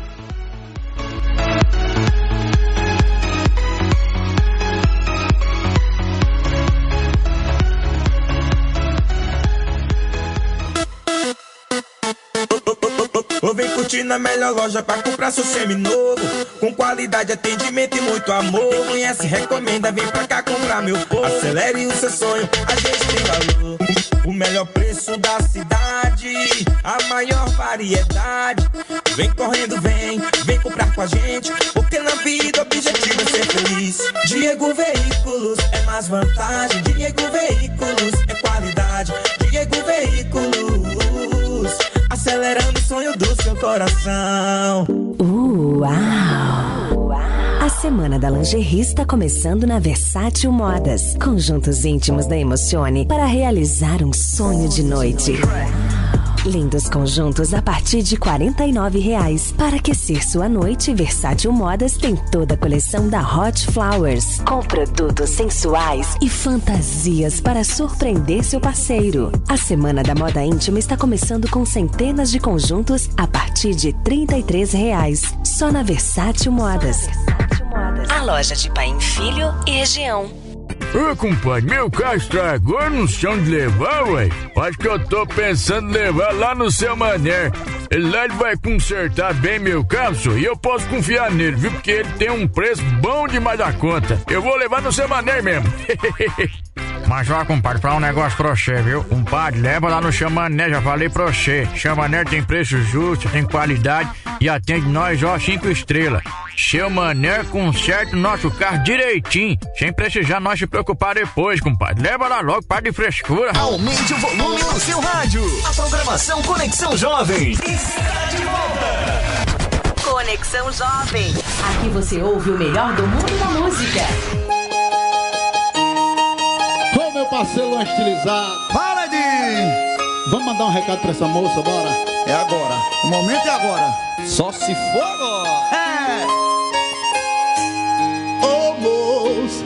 S19: Ou vem curtir na melhor loja pra comprar seu seminovo, com qualidade, atendimento e muito amor. Quem conhece, recomenda, vem pra cá comprar meu povo. Acelere o seu sonho, a gente tem valor. O melhor preço da cidade, a maior variedade. Vem correndo, vem, vem comprar com a gente, porque na vida o objetivo é ser feliz. Diego Veículos é mais vantagem, Diego Veículos é qualidade, Diego Veículos, acelerando o sonho do seu coração.
S20: Uau! A Semana da Lingerie está começando na Versátil Modas. Conjuntos íntimos da Emocione para realizar um sonho de noite. Lindos conjuntos a partir de quarenta e nove reais. Para aquecer sua noite, Versátil Modas tem toda a coleção da Hot Flowers, com produtos sensuais e fantasias para surpreender seu parceiro. A Semana da Moda Íntima está começando com centenas de conjuntos a partir de trinta e três reais. Só na Versátil Modas. A loja de Paim Filho e região.
S4: Ô, compadre, meu carro estragou, não sei onde levar, ué. Acho que eu tô pensando em levar lá no seu Mané. Ele lá ele vai consertar bem meu carro, senhor, e eu posso confiar nele, viu? Porque ele tem um preço bom demais da conta. Eu vou levar no seu Mané mesmo.
S21: Mas ó, compadre, pra um negócio pra você, viu? Compadre, leva lá no Chamané, já falei pra você. Chamané tem preço justo, tem qualidade e atende nós, ó, cinco estrelas. Seu Mané conserta o nosso carro direitinho, sem precisar nós se preocupar depois, compadre. Leva lá logo, para de frescura.
S6: Aumente o volume no seu rádio. A programação Conexão Jovem está de volta.
S10: Conexão Jovem. Aqui você ouve o melhor do mundo da música.
S1: Ô, meu parceiro estilizado.
S22: Fala, de...
S1: Vamos mandar um recado pra essa moça, bora?
S22: É agora. O momento é agora.
S1: Só se for agora.
S22: É.
S1: Ô, moça,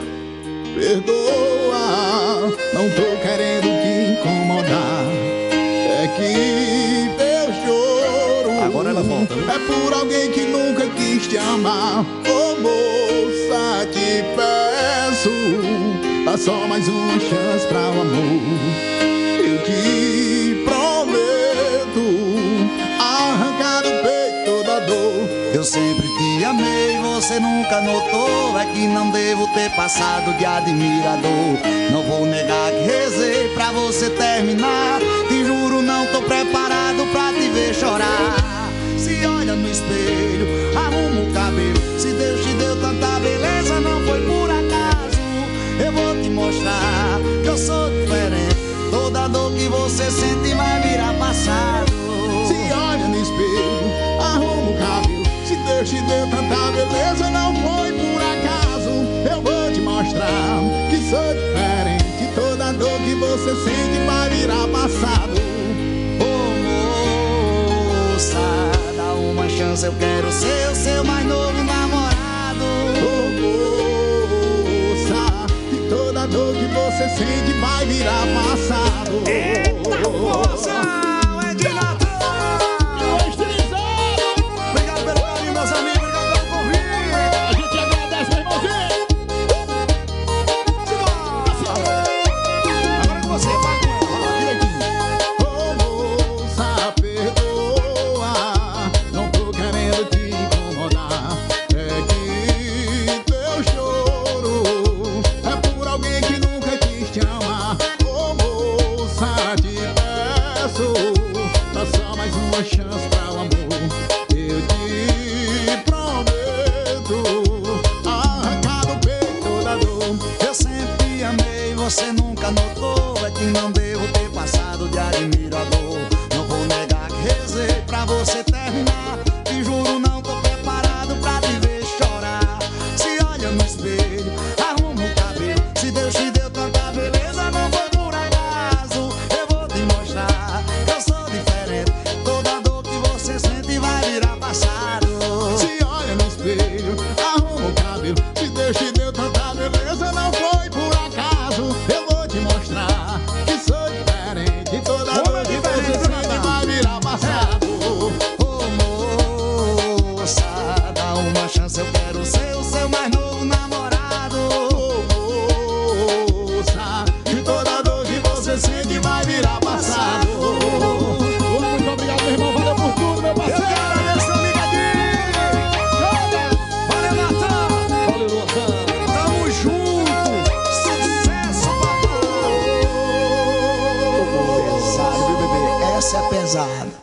S1: perdoa. Não tô querendo te incomodar. É que teu choro
S22: agora ela volta, né?
S1: É por alguém que nunca quis te amar. Ô, moça, te peço, dá só mais uma chance pra o amor. Eu te prometo arrancar do peito toda a dor.
S22: Eu sempre te amei, você nunca notou. É que não devo ter passado de admirador. Não vou negar que rezei pra você terminar. Te juro, não tô preparado pra te ver chorar. Se olha no espelho, arruma o cabelo. Se Deus te deu tanta beleza, não foi por acaso. Eu vou te mostrar que eu sou diferente. Toda dor que você sente vai virar passado.
S1: Se olha no espelho, arruma o cabelo. Se Deus te deu tanta beleza, não foi por acaso. Eu vou te mostrar que sou diferente. Toda dor que você sente vai virar passado.
S22: Ô, moça, dá uma chance, eu quero ser o seu mais novo namorado.
S1: Ô, moça, que toda dor que você sente vai virar
S22: virar passado.
S1: Eita força! É de Natal! Estilizado!
S22: Obrigado pelo carinho, meus amigos. Obrigado pelo convite.
S1: A gente agradece, meu irmãozinho.
S22: Agora com você, vai com ela, vai direitinho. Ô moça, perdoa, não tô querendo te incomodar. É que teu choro é por alguém que nunca quis te amar. Ô moça, te peço, dá só mais uma chance para o amor. Eu te prometo arrancar do peito da dor. Eu sempre amei, você nunca notou. É que não devo ter passado de admirador. Não vou negar que rezei pra você terminar. Te juro, não tô preparado pra te ver chorar. Se olha no espelho, arruma o cabelo. Se Deus te deu tanta beleza, não foi por acaso. Eu vou te mostrar que eu sou diferente. Toda dor que você sente vai virar passado. Se olha no espelho, arruma o cabelo. Se Deus te deu tanta beleza, não foi por acaso. Eu vou te mostrar que sou diferente. Toda dor que você sente vai virar passado. Ô moça, dá uma chance, eu quero ser o seu mais novo namorado. Ô moça, que toda dor que você sente vai virar passado.
S1: Muito obrigado, meu irmão. Valeu por tudo, meu parceiro.
S22: Eu quero agradecer o ligadinho. Valeu, Natan.
S1: Valeu, Natan.
S22: Tamo junto. Sucesso, papai. Pesado, viu, bebê? Essa é pesada.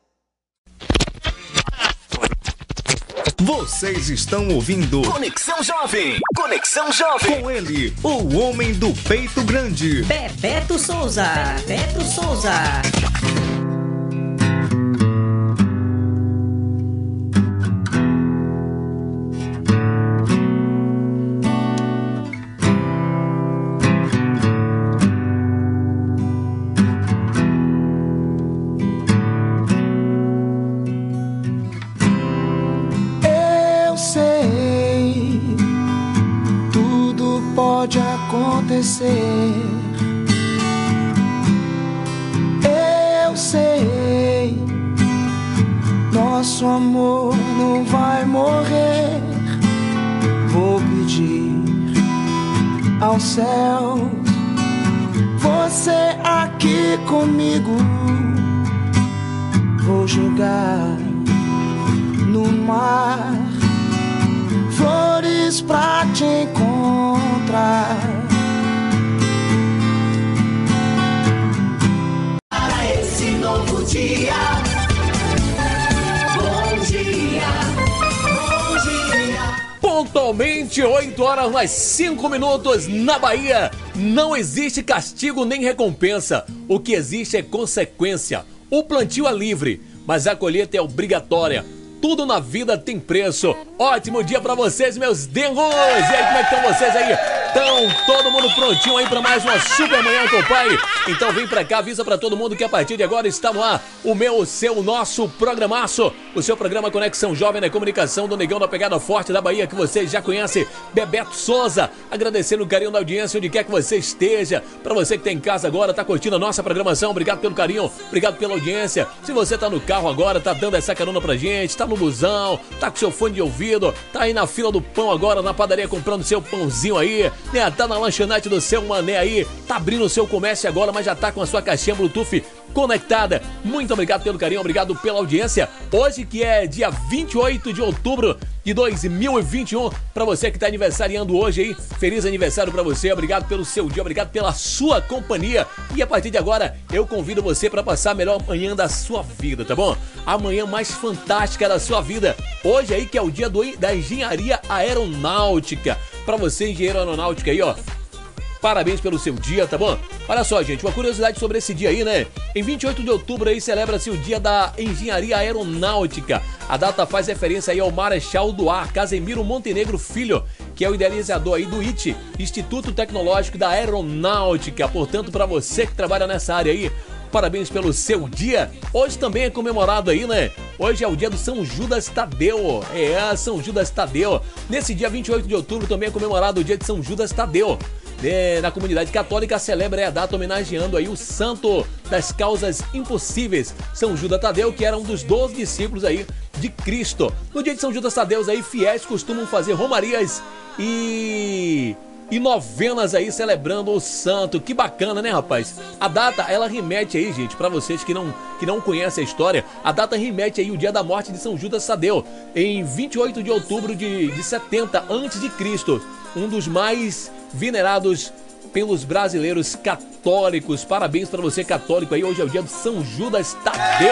S17: Vocês estão ouvindo
S6: Conexão Jovem. Conexão Jovem.
S17: com ele, o homem do peito grande.
S8: Bebeto Souza. Bebeto Souza.
S1: Eu sei, tudo pode acontecer. Eu sei, nosso amor não vai morrer. Vou pedir ao céu, você aqui comigo. Vou jogar no mar flores pra te encontrar.
S9: Para esse novo dia, bom dia, bom dia.
S11: Pontualmente, oito horas mais cinco minutos na Bahia. Não existe castigo nem recompensa. O que existe é consequência. O plantio é livre, mas a colheita é obrigatória. Tudo na vida tem preço. Ótimo dia pra vocês, meus dengos! E aí, como é que estão vocês aí? Estão todo mundo prontinho aí pra mais uma super manhã com o pai? Então vem pra cá, avisa pra todo mundo que a partir de agora está no ar o meu, o seu, o nosso programaço. O seu programa Conexão Jovem na comunicação do Negão da Pegada Forte da Bahia, que vocês já conhecem, Bebeto Souza. Agradecendo o carinho da audiência onde quer que você esteja. Pra você que tá em casa agora, tá curtindo a nossa programação, obrigado pelo carinho, obrigado pela audiência. Se você tá no carro agora, tá dando essa carona pra gente, tá no busão, tá com seu fone de ouvido, tá aí na fila do pão agora, na padaria comprando seu pãozinho aí, né? Tá na lanchonete do seu mané aí, tá abrindo o seu comércio agora, mas já tá com a sua caixinha Bluetooth conectada. Muito obrigado pelo carinho, obrigado pela audiência. Hoje que é dia vinte e oito de outubro de dois mil e vinte e um, pra você que tá aniversariando hoje aí, feliz aniversário pra você, obrigado pelo seu dia, obrigado pela sua companhia. E a partir de agora, eu convido você pra passar a melhor manhã da sua vida, tá bom? A manhã mais fantástica da sua vida. Hoje aí que é o dia do, da engenharia aeronáutica. Pra você, engenheiro aeronáutico aí, ó, parabéns pelo seu dia, tá bom? Olha só, gente, uma curiosidade sobre esse dia aí, né? Em vinte e oito de outubro aí celebra-se o dia da engenharia aeronáutica. A data faz referência aí ao Marechal do Ar, Casemiro Montenegro Filho, que é o idealizador aí do I T, Instituto Tecnológico da Aeronáutica. Portanto, para você que trabalha nessa área aí, parabéns pelo seu dia. Hoje também é comemorado aí, né? Hoje é o dia do São Judas Tadeu. É, São Judas Tadeu. Nesse dia vinte e oito de outubro também é comemorado o dia de São Judas Tadeu.
S2: é, na comunidade católica celebra a data homenageando aí o santo das causas impossíveis, São Judas Tadeu, que era um dos doze discípulos aí de Cristo. No dia de São Judas Tadeu aí, fiéis costumam fazer romarias e... e novenas aí celebrando o santo. Que bacana, né, rapaz? A data, ela remete aí, gente, pra vocês que não, que não conhecem a história, a data remete aí o dia da morte de São Judas Tadeu, em vinte e oito de outubro de, de setenta antes de Cristo, um dos mais venerados pelos brasileiros católicos. Parabéns para você, católico aí. Hoje é o dia de São Judas Tadeu,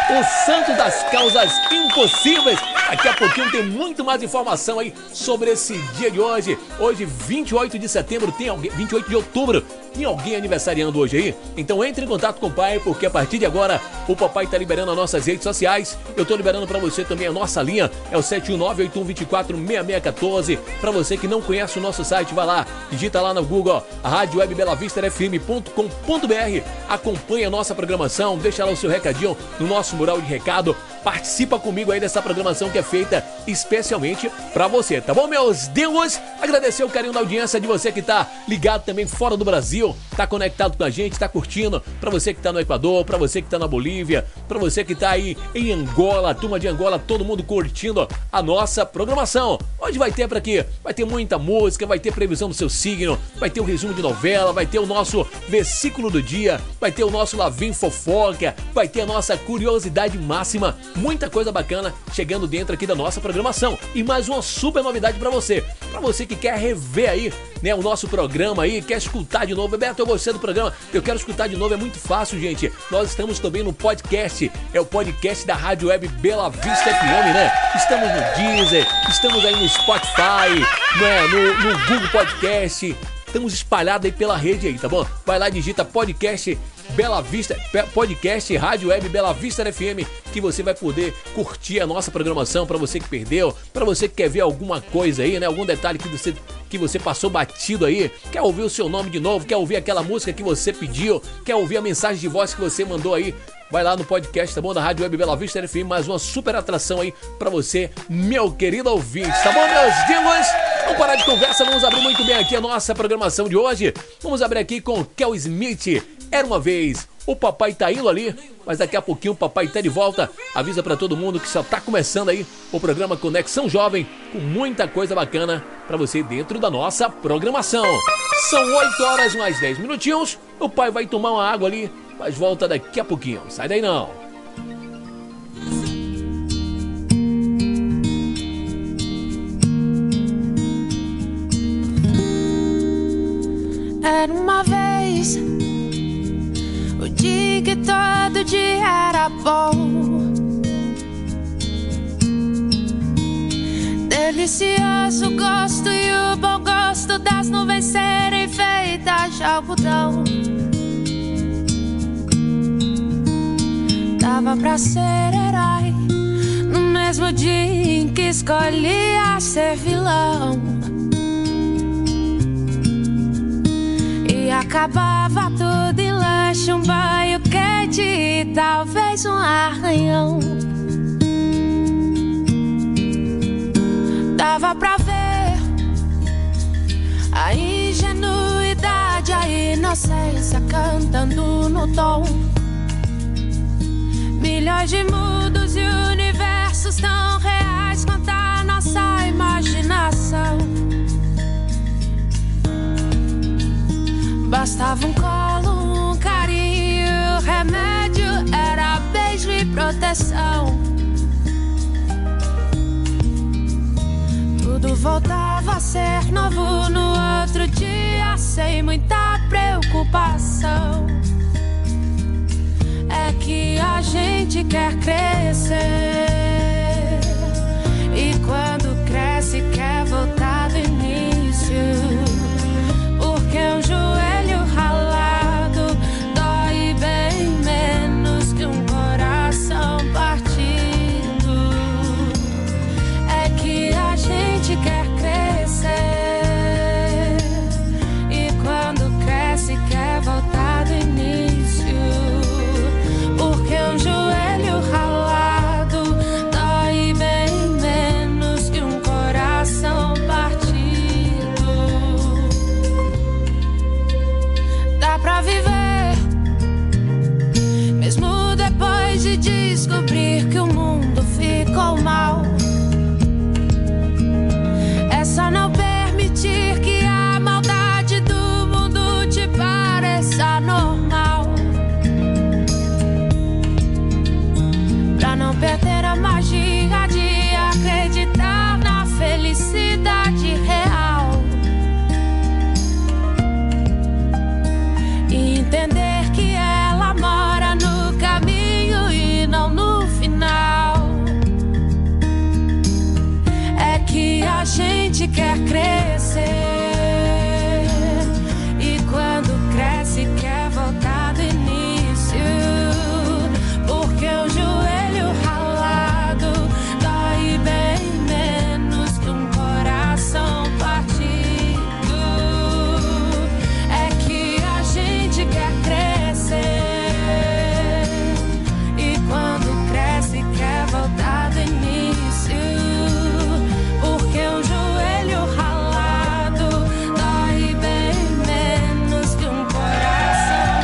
S2: o santo das causas impossíveis. Daqui a pouquinho tem muito mais informação aí sobre esse dia de hoje. Hoje, vinte e oito de setembro, tem alguém, vinte e oito de outubro, tem alguém aniversariando hoje aí? Então entre em contato com o pai, porque a partir de agora o papai tá liberando as nossas redes sociais. Eu tô liberando para você também a nossa linha, é o sete um nove, oito um dois quatro, seis seis um quatro. Para você que não conhece o nosso site, vai lá, digita lá no Google, a Rádio Web Bela Vista F M ponto com ponto B R. Acompanha a nossa programação, deixa lá o seu recadinho no nosso mural de recado. Participa comigo aí dessa programação que é feita especialmente pra você, tá bom, meus Deus? Agradecer o carinho da audiência de você que tá ligado também fora do Brasil, tá conectado com a gente, tá curtindo. Pra você que tá no Equador, pra você que tá na Bolívia, pra você que tá aí em Angola, turma de Angola, todo mundo curtindo a nossa programação. Hoje vai ter pra quê? Vai ter muita música, vai ter previsão do seu signo, vai ter o resumo de novela, vai ter o nosso versículo do dia, vai ter o nosso Lá Vem Fofoca, vai ter a nossa curiosidade máxima. Muita coisa bacana chegando dentro aqui da nossa programação. E mais uma super novidade pra você. Pra você que quer rever aí, né, o nosso programa aí, quer escutar de novo. Bebeto, eu gostei do programa, eu quero escutar de novo, é muito fácil, gente. Nós estamos também no podcast, é o podcast da Rádio Web Bela Vista F M, né? Estamos no Deezer, estamos aí no Spotify, né, no, no Google Podcast. Estamos espalhados aí pela rede aí, tá bom? Vai lá, digita podcast Bela Vista, podcast Rádio Web Bela Vista F M, que você vai poder curtir a nossa programação. Para você que perdeu, para você que quer ver alguma coisa aí, né? Algum detalhe que você, que você passou batido aí, quer ouvir o seu nome de novo, quer ouvir aquela música que você pediu, quer ouvir a mensagem de voz que você mandou aí, vai lá no podcast, tá bom? Da Rádio Web Bela Vista F M, mais uma super atração aí pra você, meu querido ouvinte, tá bom, meus digos? Vamos parar de conversa, vamos abrir muito bem aqui a nossa programação de hoje. Vamos abrir aqui com Kel Smith, Era Uma Vez. O papai tá indo ali, mas daqui a pouquinho o papai tá de volta. Avisa pra todo mundo que só tá começando aí o programa Conexão Jovem, com muita coisa bacana pra você dentro da nossa programação. São oito horas mais dez minutinhos. O pai vai tomar uma água ali, mas volta daqui a pouquinho. Sai daí não.
S7: Era uma vez o dia que todo dia era bom, delicioso gosto e o bom gosto das nuvens serem feitas de algodão. Dava pra ser herói no mesmo dia em que escolhia ser vilão. E acabava tudo em lanche, um banho quente e talvez um arranhão. Dava pra ver a ingenuidade, a inocência cantando no tom. Milhões de mundos e universos tão reais quanto a nossa imaginação. Bastava um colo, um carinho, o remédio era beijo e proteção. Tudo voltava a ser novo no outro dia, sem muita preocupação. É que a gente quer crescer, e quando cresce quer voltar do início. Porque um joelho ralado dói bem menos que um coração partido. É que a gente quer crescer, e quando cresce quer voltar do início. Porque um joelho ralado dói bem menos descobrir que o mundo ficou mal. É só não permitir que a maldade do mundo te pareça normal. Pra não perder a magia de acreditar na felicidade real. E entender que ela mora no caminho e não no final. É que a gente quer crescer, e quando cresce quer voltar do início. Porque o joelho ralado dói bem menos que um coração partido. É que a gente quer crescer, e quando cresce quer voltar do início. Porque o joelho ralado dói bem menos que um coração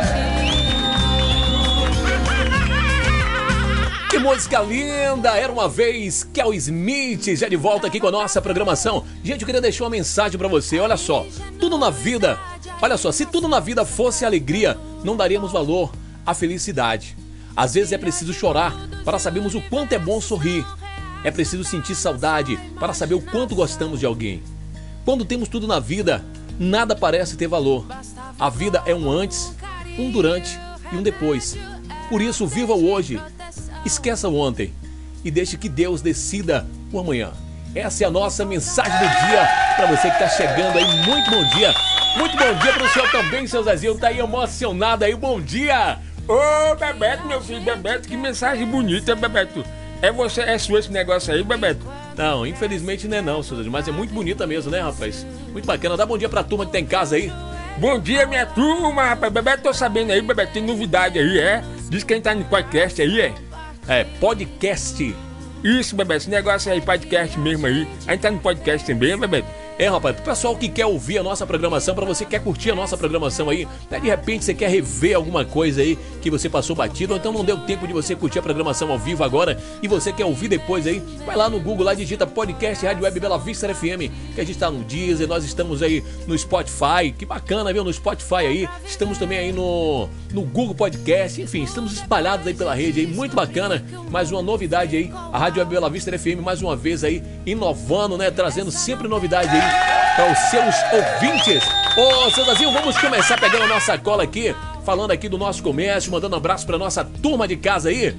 S7: partido.
S2: Que música linda! Era uma vez Kel Smith, já de volta aqui com a nossa programação. Gente, eu queria deixar uma mensagem pra você. Olha só, tudo na vida, olha só, se tudo na vida fosse alegria, não daríamos valor à felicidade. Às vezes é preciso chorar para sabermos o quanto é bom sorrir. É preciso sentir saudade para saber o quanto gostamos de alguém. Quando temos tudo na vida, nada parece ter valor. A vida é um antes, um durante e um depois. Por isso, viva o hoje, esqueça o ontem e deixe que Deus decida o amanhã. Essa é a nossa mensagem do dia para você que está chegando aí. Muito bom dia. Muito bom dia para o senhor também, seu Zezinho. Tá aí emocionado aí. Bom dia.
S4: Ô, Bebeto, meu filho, Bebeto, que mensagem bonita, Bebeto. É você, é sua esse negócio aí, Bebeto?
S2: Não, infelizmente não é não, seu Zezinho. Mas é muito bonita mesmo, né, rapaz? Muito bacana. Dá bom dia pra turma que tá em casa aí.
S4: Bom dia, minha turma, rapaz. Bebeto, tô sabendo aí, Bebeto, tem novidade aí, é? Diz que a gente tá no podcast aí, é?
S2: É, podcast.
S4: Isso, Bebeto, esse negócio aí, podcast mesmo aí. A gente tá no podcast também, Bebeto?
S2: É, rapaz, pro pessoal que quer ouvir a nossa programação, pra você que quer curtir a nossa programação aí, né, de repente você quer rever alguma coisa aí que você passou batido, ou então não deu tempo de você curtir a programação ao vivo agora e você quer ouvir depois aí, vai lá no Google, lá digita podcast Rádio Web Bela Vista F M, que a gente tá no Deezer, nós estamos aí no Spotify, que bacana, viu, no Spotify aí, estamos também aí no, no Google Podcast, enfim, estamos espalhados aí pela rede aí, muito bacana, mais uma novidade aí, a Rádio Web Bela Vista F M mais uma vez aí, inovando, né, trazendo sempre novidade aí para os seus ouvintes. Ô, seu Dazinho, vamos começar pegando a nossa cola aqui, falando aqui do nosso comércio, mandando um abraço para nossa turma de casa aí.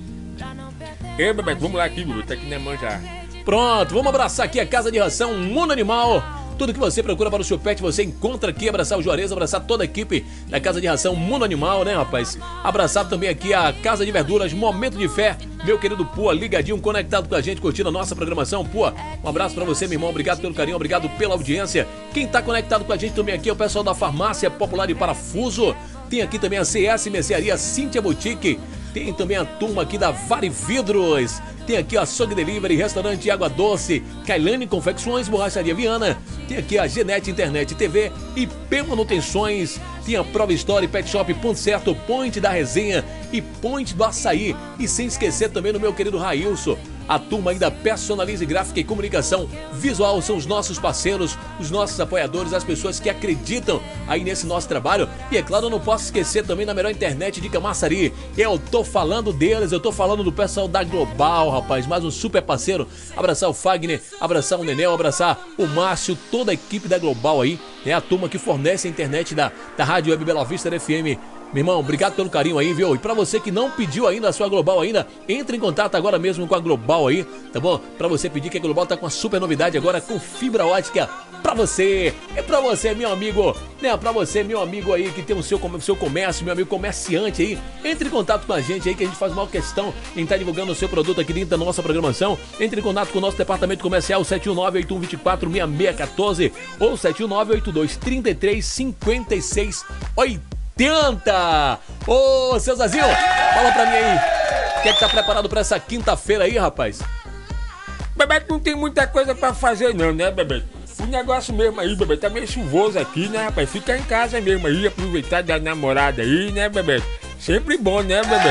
S4: Ei, Bebeto, vamos lá aqui, Bebeto, tá aqui na mão já.
S2: Pronto, vamos abraçar aqui a Casa de Ração Mundo Animal. Tudo que você procura para o seu pet, você encontra aqui. Abraçar o Juarez, abraçar toda a equipe da Casa de Ração Mundo Animal, né, rapaz? Abraçar também aqui a Casa de Verduras Momento de Fé. Meu querido Pua, ligadinho, conectado com a gente, curtindo a nossa programação. Pua, um abraço pra você, meu irmão. Obrigado pelo carinho, obrigado pela audiência. Quem tá conectado com a gente também aqui é o pessoal da Farmácia Popular de Parafuso. Tem aqui também a C S Mercearia Cíntia Boutique. Tem também a turma aqui da Vale Vidros. Tem aqui a Açougue Delivery, Restaurante Água Doce, Kailane Confecções, Borracharia Viana. Tem aqui a Genete Internet T V, I P Manutenções. Tem a Prova Store, Pet Shop, Ponto Certo, Point da Resenha e Point do Açaí. E sem esquecer também do meu querido Railson. A turma aí da Personalize Gráfica e Comunicação Visual são os nossos parceiros, os nossos apoiadores, as pessoas que acreditam aí nesse nosso trabalho. E é claro, eu não posso esquecer também da melhor internet de Camaçari. Eu tô falando deles, eu tô falando do pessoal da Global, rapaz, mais um super parceiro. Abraçar o Fagner, abraçar o Nenel, abraçar o Márcio, toda a equipe da Global aí. É a turma que fornece a internet da, da Rádio Web Bela Vista F M. Meu irmão, obrigado pelo carinho aí, viu? E pra você que não pediu ainda a sua Global ainda, entre em contato agora mesmo com a Global aí, tá bom? Pra você pedir, que a Global tá com uma super novidade agora com fibra ótica pra você. É pra você, meu amigo, né? Pra você, meu amigo aí que tem o seu, o seu comércio, meu amigo comerciante aí, entre em contato com a gente aí que a gente faz uma questão em estar divulgando o seu produto aqui dentro da nossa programação. Entre em contato com o nosso departamento comercial sete um nove, oito um dois quatro, seis seis um quatro ou sete um nove, oito dois três três, cinco seis oito. oitenta! Ô, seu Zazinho, fala pra mim aí, o que é que tá preparado pra essa quinta-feira aí, rapaz?
S4: Bebeto, não tem muita coisa pra fazer não, né, Bebeto? O negócio mesmo aí, Bebeto, tá meio chuvoso aqui, né, rapaz? Fica em casa mesmo aí, aproveitar da namorada aí, né, Bebeto? Sempre bom, né, Bebeto?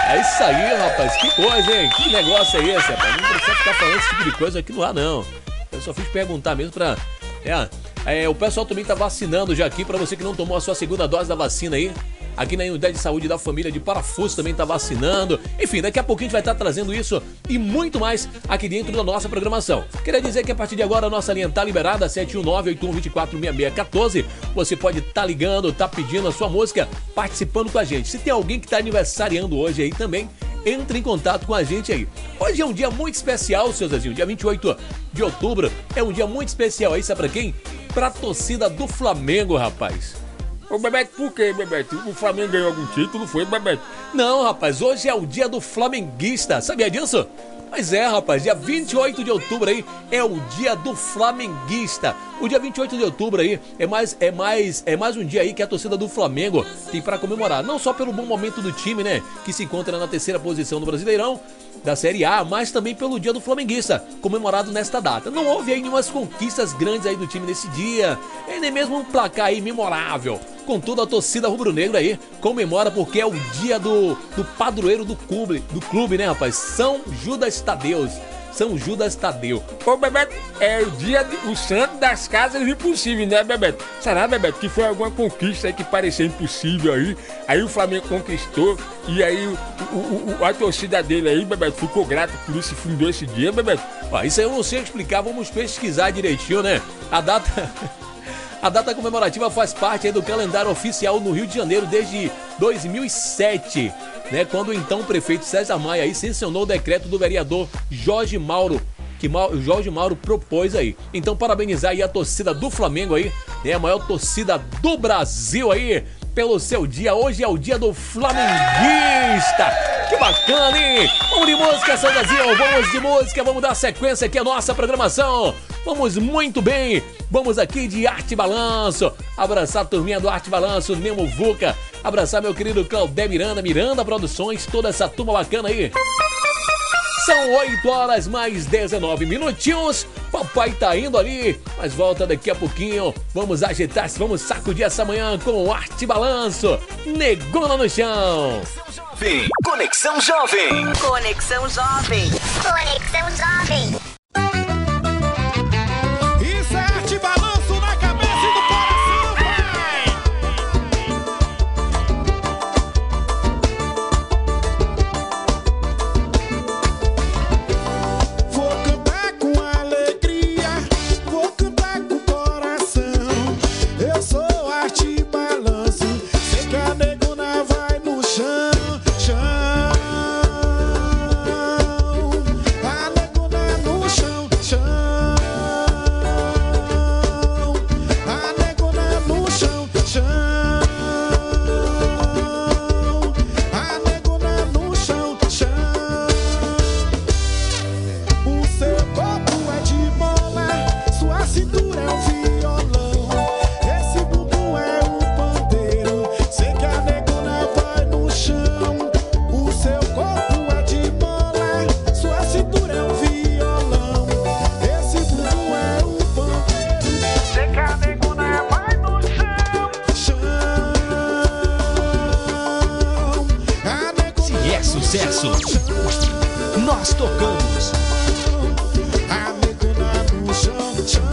S2: É isso aí, rapaz. Que coisa, hein? Que negócio é esse, rapaz? Não precisa ficar falando esse tipo de coisa aqui no ar, não. Eu só fiz perguntar mesmo pra... É, é, o pessoal também tá vacinando já aqui. Pra você que não tomou a sua segunda dose da vacina aí. Aqui na Unidade de Saúde da Família de Parafuso também tá vacinando. Enfim, daqui a pouquinho a gente vai estar trazendo isso e muito mais aqui dentro da nossa programação. Queria dizer que a partir de agora a nossa linha tá liberada, sete um nove, oito um dois quatro, seis seis um quatro. Você pode estar tá ligando, tá pedindo a sua música, participando com a gente. Se tem alguém que tá aniversariando hoje aí também, entre em contato com a gente aí. Hoje é um dia muito especial, seu Zezinho, dia vinte e oito de outubro. É um dia muito especial aí, sabe pra quem? Pra torcida do Flamengo, rapaz.
S4: Ô, Bebeto, por que, Bebeto? O Flamengo ganhou algum título, foi, Bebeto?
S2: Não, rapaz, hoje é o dia do flamenguista, sabia disso? Pois é, rapaz, dia vinte e oito de outubro aí é o dia do flamenguista. O dia vinte e oito de outubro aí é mais, é mais, é mais um dia aí que a torcida do Flamengo tem pra comemorar. Não só pelo bom momento do time, né, que se encontra na terceira posição do Brasileirão, da Série A, mas também pelo dia do flamenguista, comemorado nesta data. Não houve aí nenhumas conquistas grandes aí do time nesse dia, e nem mesmo um placar aí memorável. Contudo, a torcida rubro-negra aí comemora porque é o dia do, do padroeiro do clube, do clube, né, rapaz? São Judas Tadeu. São Judas Tadeu.
S4: Ô, Bebeto, é o dia do santo das casas impossíveis, né, Bebeto? Será, Bebeto, que foi alguma conquista aí que parecia impossível aí? Aí o Flamengo conquistou e aí o, o, o, a torcida dele aí, Bebeto, ficou grata por isso e fundou esse dia, Bebeto?
S2: Ó, isso aí eu não sei explicar, vamos pesquisar direitinho, né? A data... A data comemorativa faz parte aí do calendário oficial no Rio de Janeiro desde dois mil e sete, né, quando o então prefeito César Maia aí sancionou o decreto do vereador Jorge Mauro, que o Jorge Mauro propôs aí. Então, parabenizar aí a torcida do Flamengo aí, né, a maior torcida do Brasil aí, pelo seu dia. Hoje é o dia do flamenguista. Que bacana, hein? Vamos de música, Sandazinho. Vamos de música. Vamos dar sequência aqui à nossa programação. Vamos muito bem. Vamos aqui de Arte Balanço. Abraçar a turminha do Arte Balanço, Nemo Vuca. Abraçar meu querido Claudé Miranda, Miranda Produções, toda essa turma bacana aí. São oito horas mais dezenove minutinhos. Papai tá indo ali, mas volta daqui a pouquinho. Vamos agitar, vamos sacudir essa manhã com o Arte Balanço. Negona no chão.
S6: Jovem. Conexão Jovem.
S10: Conexão Jovem. Conexão Jovem.
S1: Isso é Arte Balanço na cabeça e do coração, pai. Vou cantar com alegria, vou cantar com coração. Eu sou Arte Balanço, sei que a negona vai no chão, chão. A negona no chão, chão. A negona no chão, chão. A negona no chão, chão. O seu corpo é de bola, sua cintura é um violão. Esse bumbum é um pandeiro, sei que a negona vai no chão. O seu corpo é de bola, sua cintura é um violão. Esse bumbum é um pandeiro, sei que a negona vai no chão, chão. A negona
S6: Se é sucesso, nós tocamos.
S1: A negona no chão, chão.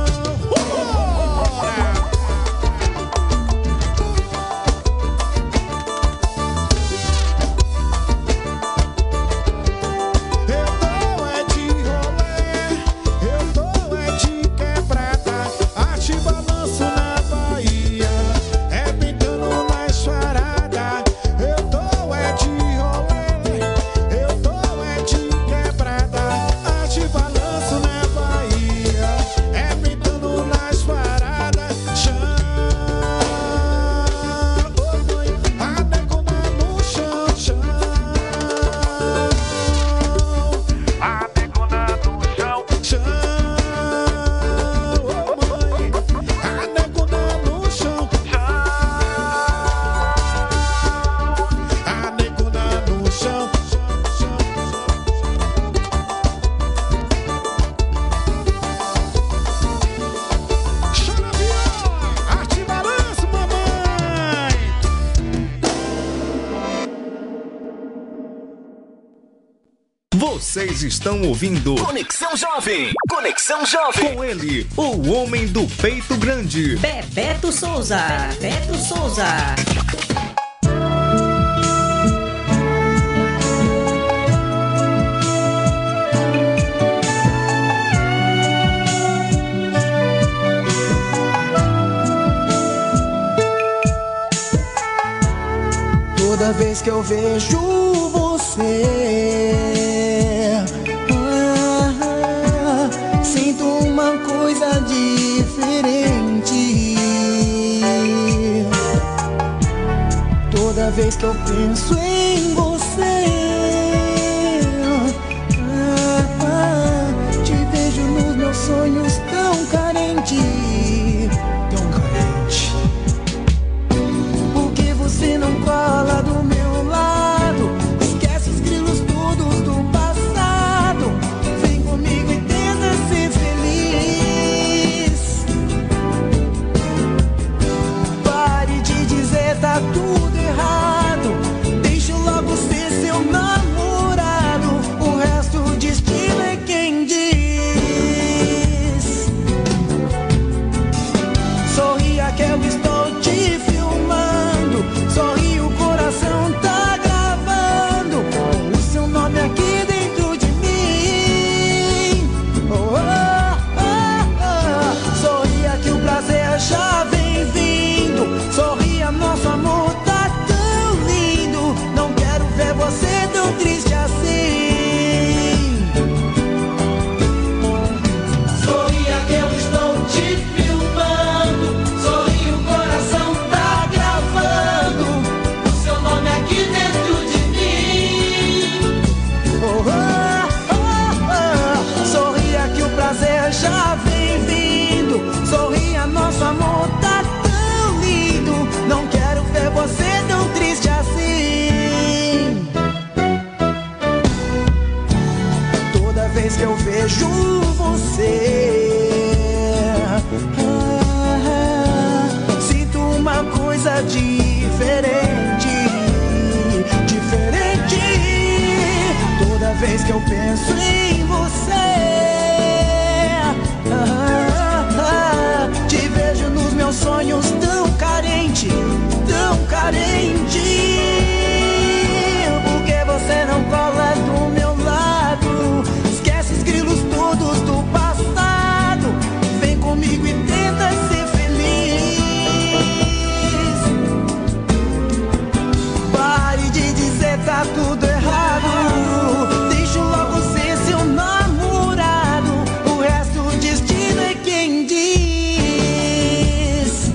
S1: Eu tô é de rolê, eu tô é de quebrada. Arte Balanço na Bahia, é brincando na esfarada. Eu tô é de rolê, eu tô é de quebrada.
S17: Vocês estão ouvindo
S6: Conexão Jovem. Conexão Jovem.
S17: Com ele, o homem do peito grande,
S8: Bebeto Souza. Bebeto Souza.
S1: Toda vez que eu vejo você, ah, sinto uma coisa diferente. Toda vez que eu penso em você, ah, ah, te vejo nos meus sonhos tão carente, tão carente. Por que você não cola do meu lado? Esquece os grilos todos do passado. Vem comigo e tenta ser feliz. Pare de dizer tá tudo errado. Deixa eu logo ser seu namorado. O resto o destino é quem diz. Sorria que eu estou te filmando. Sorri, o coração tá gravando o seu nome aqui dentro de mim. Oh, oh, oh, oh. Sorria que o prazer já vem vindo. Sorria, nosso amor tá tão lindo. Não quero ver você tão triste assim. Sorria que eu estou te filmando. Sorri, o coração tá gravando o seu nome aqui dentro de mim. Oh, oh, oh, oh. Sorria que o prazer já vem vindo. Sorria, nosso amor tá tão lindo. Não quero ver você tão triste assim. Toda vez que eu vejo você, ah, sinto uma coisa diferente, diferente. Toda vez que eu penso em você, ah, ah, te vejo nos meus sonhos tão carente, tão carente. Por que você não cola do meu lado? Esquece os grilos todos do passado. Vem comigo e tenta ser feliz. Pare de dizer tá tudo errado. Deixa eu logo ser seu namorado. O resto o destino é quem diz.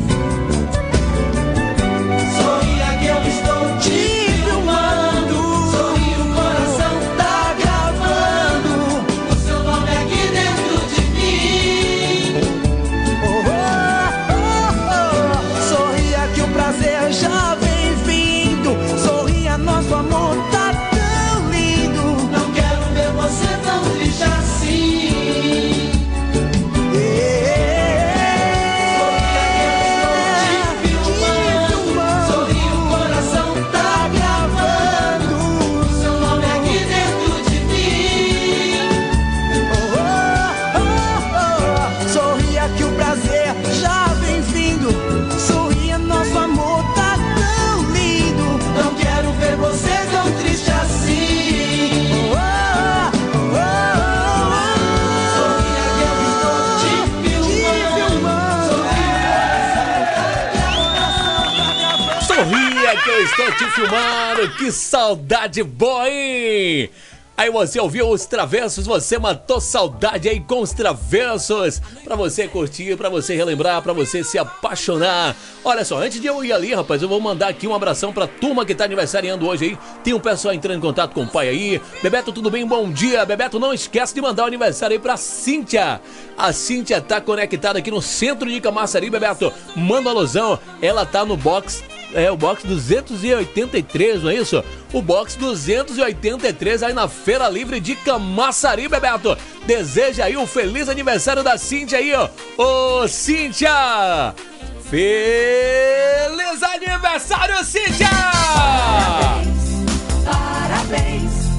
S1: Sorria que eu estou te filmando. Sorri, o coração tá gravando o seu nome aqui dentro de mim. Oh, oh, oh, oh. Sorria que o prazer já vem vindo. Sorria, nosso amor tá tão lindo. Não quero ver você tão triste assim. Sorri, o coração tá gravando o seu nome aqui dentro de mim. Oh, oh, oh, oh. Sorria que o prazer já vem vindo. Sorria, nosso amor tá tão lindo. Não quero ver você tão triste assim. Oh, oh, oh, oh. Sorria que eu estou te filmando.
S2: Sorria que eu estou te filmando. Que saudade boa, hein? Aí você ouviu os Travessos, você matou saudade aí com os Travessos. Pra você curtir, pra você relembrar, pra você se apaixonar. Olha só, antes de eu ir ali, rapaz, eu vou mandar aqui um abração pra turma que tá aniversariando hoje aí. Tem um pessoal entrando em contato com o pai aí. Bebeto, tudo bem? Bom dia. Bebeto, não esquece de mandar o aniversário aí pra Cíntia. A Cíntia tá conectada aqui no centro de Camaçari, Bebeto. Manda uma alusão, ela tá no box... É o box duzentos e oitenta e três, não é isso? O box duzentos e oitenta e três aí na Feira Livre de Camaçari, Bebeto. Deseja aí um feliz aniversário da Cíntia aí, ó. Ô, Cíntia! Feliz aniversário, Cíntia!
S9: Parabéns, parabéns,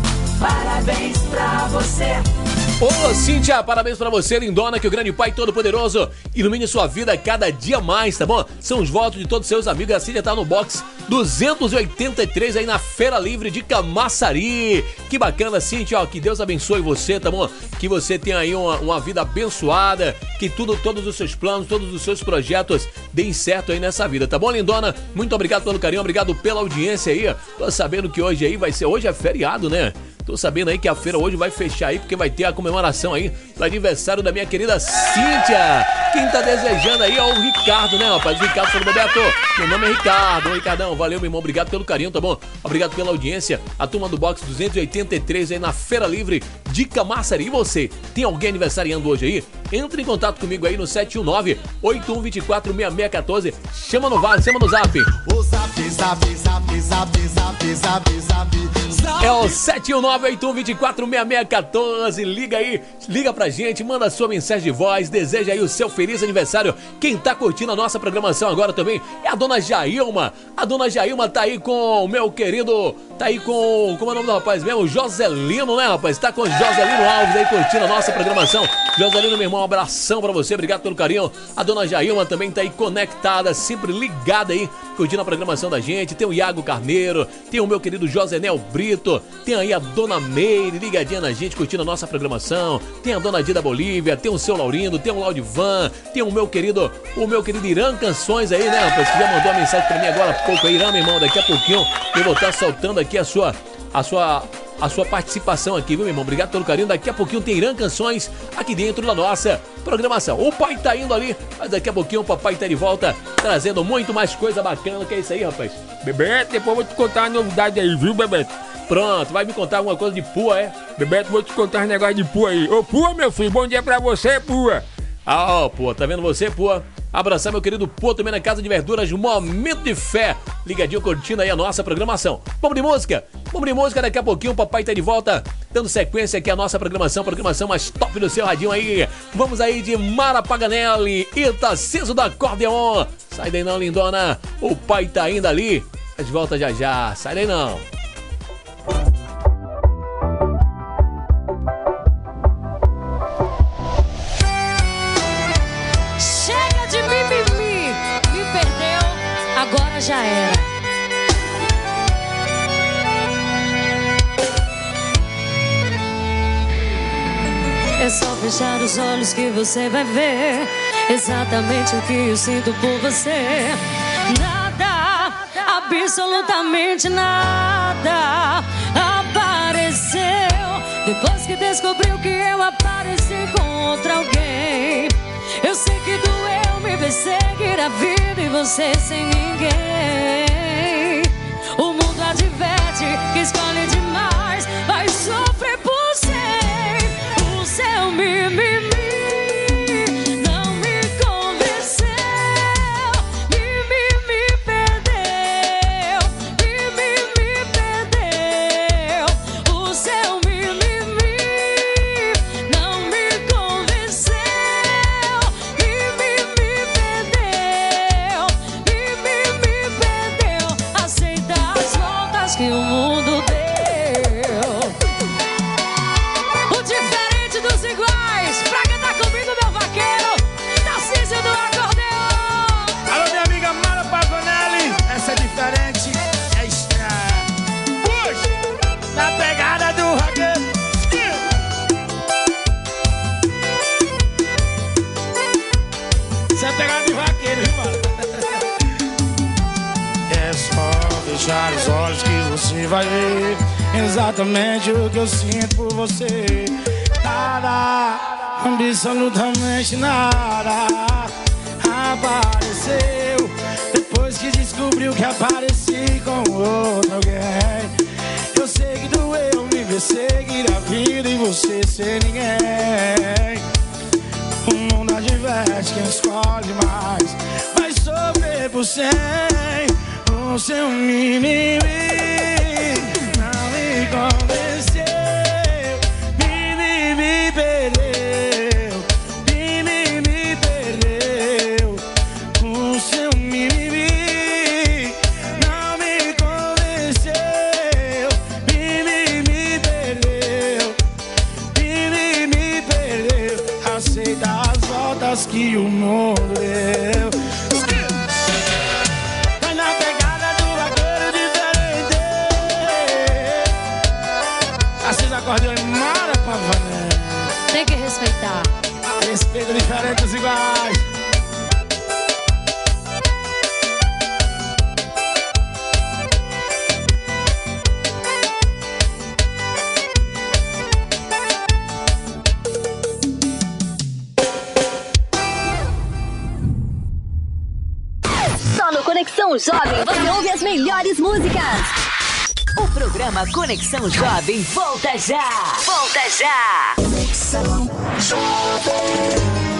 S9: Parabéns pra você.
S2: Ô, Cíntia, parabéns pra você, lindona, que o grande Pai Todo-Poderoso ilumine sua vida cada dia mais, tá bom? São os votos de todos os seus amigos. A Cíntia tá no box duzentos e oitenta e três aí na Feira Livre de Camaçari. Que bacana, Cíntia, ó, que Deus abençoe você, tá bom? Que você tenha aí uma, uma vida abençoada, que tudo, todos os seus planos, todos os seus projetos deem certo aí nessa vida, tá bom, lindona? Muito obrigado pelo carinho, obrigado pela audiência aí. Tô sabendo que hoje aí vai ser, hoje é feriado, né? Tô sabendo aí que a feira hoje vai fechar aí, porque vai ter a comemoração aí do aniversário da minha querida Cíntia. Quem tá desejando aí é o Ricardo, né, rapaz? O Ricardo falou, Bebeto, meu nome é Ricardo. Ô, Ricardão, valeu, meu irmão, obrigado pelo carinho, tá bom? Obrigado pela audiência. A turma do box duzentos e oitenta e três aí na Feira Livre de Camaçari. E você, tem alguém aniversariando hoje aí? Entre em contato comigo aí no sete um nove, oito um dois quatro, seis seis um quatro. Chama no VAR, chama no Zap.
S22: O zap, zap, zap, zap, zap, zap, zap.
S2: É o sete um nove, oito um dois quatro, seis seis um quatro. Liga aí, liga pra gente, manda sua mensagem de voz, deseja aí o seu feliz aniversário. Quem tá curtindo a nossa programação agora também é a dona Jailma. A dona Jailma tá aí com o meu querido, tá aí com, como é o nome do rapaz mesmo? Joselino, né, rapaz? Tá com o Joselino Alves aí curtindo a nossa programação. Joselino, meu irmão, um abração pra você, obrigado pelo carinho. A dona Jailma também tá aí conectada, sempre ligada aí, curtindo a programação da gente. Tem o Iago Carneiro, tem o meu querido Josenel Brito, tem aí a dona Meire ligadinha na gente, curtindo a nossa programação. Tem a dona Dida Bolívia, tem o seu Laurindo, tem o Laudivan, tem o meu querido, o meu querido Irã Canções aí, né, rapaz, que já mandou uma mensagem pra mim agora há pouco. Irã, meu irmão, daqui a pouquinho eu vou estar soltando aqui a sua, a sua, a sua participação aqui, viu, meu irmão? Obrigado pelo carinho. Daqui a pouquinho tem Irã Canções aqui dentro da nossa programação. O pai tá indo ali, mas daqui a pouquinho o papai tá de volta, trazendo muito mais coisa bacana. Que é isso aí, rapaz?
S4: Bebeto, depois eu vou te contar uma novidade aí, viu, Bebeto?
S2: Pronto, vai me contar alguma coisa de Pua, é?
S4: Bebeto, vou te contar um negócio de Pua aí. Ô, Pua, meu filho, bom dia pra você, Pua.
S2: Ah, ó, Pua, tá vendo você, Pua? Abraçar meu querido Pua também na Casa de Verduras, Momento de Fé. Ligadinho, curtindo aí a nossa programação. Vamos de música? Vamos de música, daqui a pouquinho o papai tá de volta, dando sequência aqui à nossa programação, programação mais top do seu radinho aí. Vamos aí de Mara Paganelli e Tarcísio do Acordeon. Sai daí não, lindona, o pai tá indo ali. Tá de volta já já, sai daí não.
S7: Chega de mimimi, me perdeu, agora já era. É só fechar os olhos que você vai ver exatamente o que eu sinto por você. Nada, absolutamente nada apareceu depois que descobriu que eu apareci com outra alguém. Eu sei que doeu me ver seguir a vida e você sem ninguém. O mundo adverte que escolhe demais, vai sofrer por sempre. O seu mimimi não me convenceu. Mimimi perdeu, mimimi perdeu. O seu mimimi não me convenceu. Mimimi perdeu, mimimi perdeu. Aceita as voltas que o mundo deu. O diferente dos iguais, pra cantar comigo, meu vaqueiro, Tarcísio do Acordeon.
S1: Alô, minha amiga Mara Paganelli, essa é diferente, é estranha. Puxa, na pegada do ragueiro. Essa é a pegada de vaqueiro, viu, mano? É só fechar os olhos que você vai ver exatamente o que eu sinto por você. Nada, absolutamente nada apareceu depois que descobriu que apareci com outro alguém. Eu sei que doeu me ver seguir a vida e você ser ninguém. O mundo adverte quem escolhe mais, vai sofrer por cem. O seu mimimi não me convenceu. Mimimi perdeu, mimimi perdeu. O seu mimimi não me convenceu. Mimimi perdeu. que o mundo deu. Vai na pegada do vaqueiro diferente. Assim na acordeão mara pra valer.
S7: Tem que respeitar.
S1: Respeito diferentes iguais.
S10: Só no Conexão Jovem você ouve as melhores músicas. O programa Conexão Jovem volta já. Volta já. Conexão Jovem.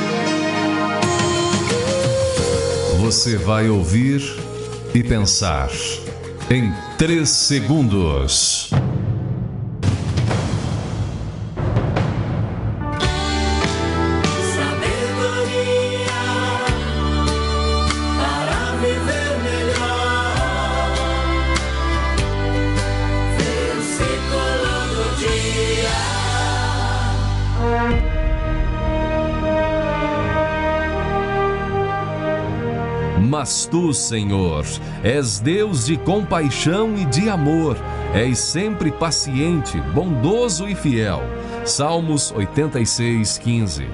S11: Você vai ouvir e pensar em três segundos. Mas tu, Senhor, és Deus de compaixão e de amor, és sempre paciente, bondoso e fiel. Salmos oitenta e seis, quinze.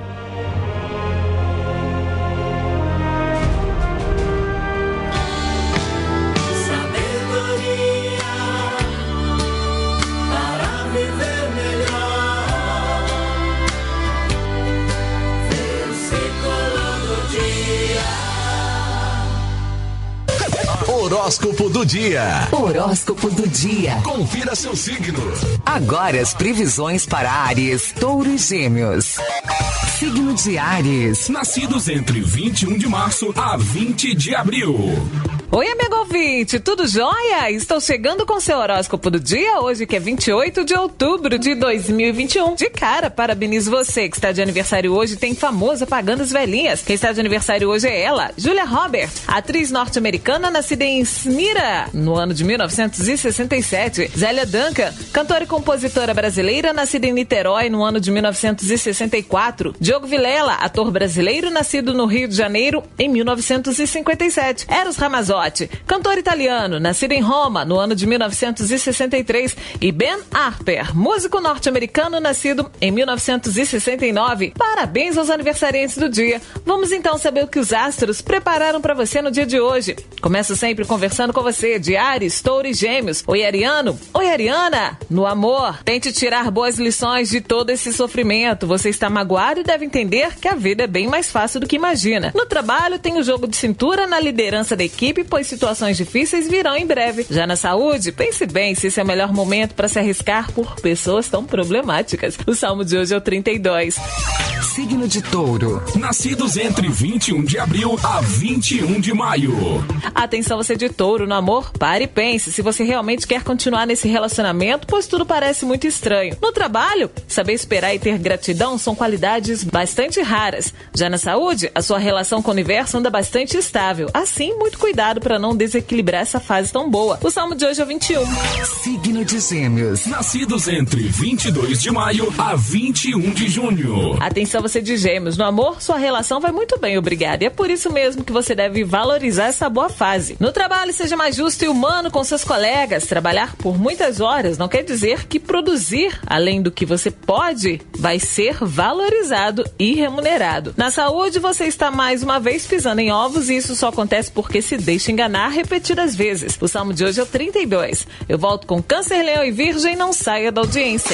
S6: Horóscopo do dia.
S10: Horóscopo do dia.
S6: Confira seu signo.
S10: Agora as previsões para Áries, Touro e Gêmeos. Signo de Áries.
S3: Nascidos entre vinte e um de março a vinte de abril.
S12: Oi, amigo ouvinte, tudo jóia? Estou chegando com seu horóscopo do dia hoje, que é vinte e oito de outubro de dois mil e vinte e um. De cara, parabenizo você que está de aniversário hoje, tem famoso apagando as velhinhas. Quem está de aniversário hoje é ela, Julia Roberts, atriz norte-americana nascida em Smyrna, no ano de mil novecentos e sessenta e sete. Zélia Duncan, cantora e compositora brasileira, nascida em Niterói, no ano de mil novecentos e sessenta e quatro. Diogo Vilela, ator brasileiro, nascido no Rio de Janeiro, em mil novecentos e cinquenta e sete. Eros Ramazzotti, cantor italiano, nascido em Roma, no ano de mil novecentos e sessenta e três, e Ben Harper, músico norte-americano, nascido em mil novecentos e sessenta e nove. Parabéns aos aniversariantes do dia. Vamos então saber o que os astros prepararam para você no dia de hoje. Começo sempre conversando com você, de Áries, Touro e Gêmeos. Oi, Ariano. Oi, Ariana. No amor, tente tirar boas lições de todo esse sofrimento. Você está magoado e deve entender que a vida é bem mais fácil do que imagina. No trabalho, tem o jogo de cintura na liderança da equipe, pois situações difíceis virão em breve. Já na saúde, pense bem se esse é o melhor momento para se arriscar por pessoas tão problemáticas. O salmo de hoje é o trinta e dois.
S10: Signo de Touro.
S3: Nascidos entre vinte e um de abril a vinte e um de maio.
S12: Atenção, você de Touro, no amor, pare e pense se você realmente quer continuar nesse relacionamento, pois tudo parece muito estranho. No trabalho, saber esperar e ter gratidão são qualidades bastante raras. Já na saúde, a sua relação com o universo anda bastante estável. Assim, muito cuidado para não desequilibrar essa fase tão boa. O salmo de hoje é o vinte e um.
S10: Signo de Gêmeos.
S3: Nascidos entre vinte e dois de maio a vinte e um de junho.
S12: Atenção, você de Gêmeos, no amor, sua relação vai muito bem, obrigada. E é por isso mesmo que você deve valorizar essa boa fase. No trabalho, seja mais justo e humano com seus colegas. Trabalhar por muitas horas não quer dizer que produzir além do que você pode vai ser valorizado e remunerado. Na saúde, você está mais uma vez pisando em ovos e isso só acontece porque se deixa enganar repetidas vezes. O salmo de hoje é o trinta e dois. Eu volto com Câncer, Leão e Virgem, não saia da audiência.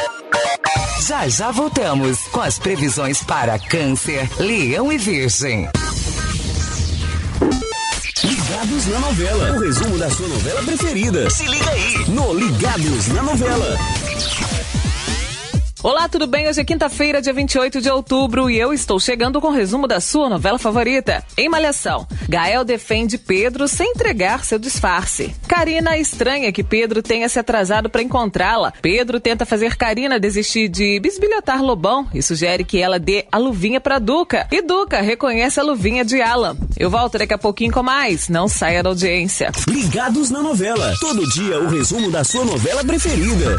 S10: Já já voltamos com as previsões para Câncer, Leão e Virgem.
S13: Ligados na Novela, o resumo da sua novela preferida. Se liga aí no Ligados na Novela.
S12: Olá, tudo bem? Hoje é quinta-feira, dia vinte e oito de outubro, e eu estou chegando com o resumo da sua novela favorita. Em Malhação, Gael defende Pedro sem entregar seu disfarce. Karina estranha que Pedro tenha se atrasado para encontrá-la. Pedro tenta fazer Karina desistir de bisbilhotar Lobão e sugere que ela dê a luvinha para Duca. E Duca reconhece a luvinha de Alan. Eu volto daqui a pouquinho com mais. Não saia da audiência.
S13: Ligados na Novela. Todo dia o resumo da sua novela preferida.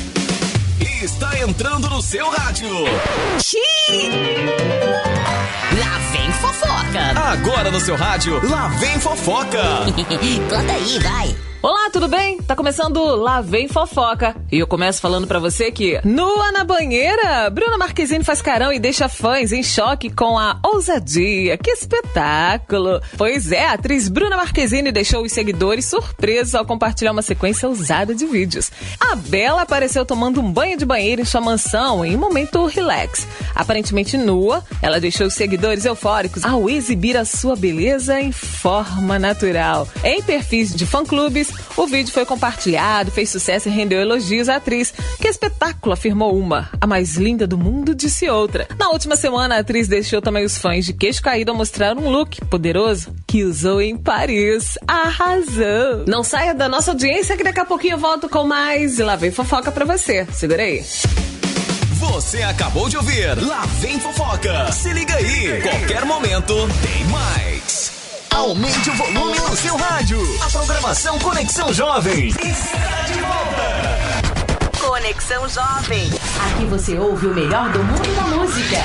S6: Está entrando no seu rádio.
S10: Lá vem fofoca.
S6: Agora no seu rádio, Lá vem fofoca.
S10: Conta aí, vai.
S12: Olá, tudo bem? Tá começando Lá Vem Fofoca. E eu começo falando pra você que, nua na banheira, Bruna Marquezine faz carão e deixa fãs em choque com a ousadia. Que espetáculo! Pois é, a atriz Bruna Marquezine deixou os seguidores surpresos ao compartilhar uma sequência ousada de vídeos. A Bela apareceu tomando um banho de banheiro em sua mansão em um momento relax. Aparentemente nua, ela deixou os seguidores eufóricos ao exibir a sua beleza em forma natural. Em perfis de fã-clubes, o vídeo foi compartilhado, fez sucesso e rendeu elogios à atriz. Que espetáculo, afirmou uma. A mais linda do mundo, disse outra. Na última semana, a atriz deixou também os fãs de queixo caído a mostrar um look poderoso que usou em Paris. Arrasou! Não saia da nossa audiência que daqui a pouquinho eu volto com mais Lá Vem Fofoca pra você. Segura aí.
S6: Você acabou de ouvir Lá Vem Fofoca. Se liga aí, qualquer momento tem mais. Aumente o volume no seu rádio. A programação Conexão Jovem está de volta.
S10: Conexão Jovem. Aqui você ouve o melhor do mundo da música.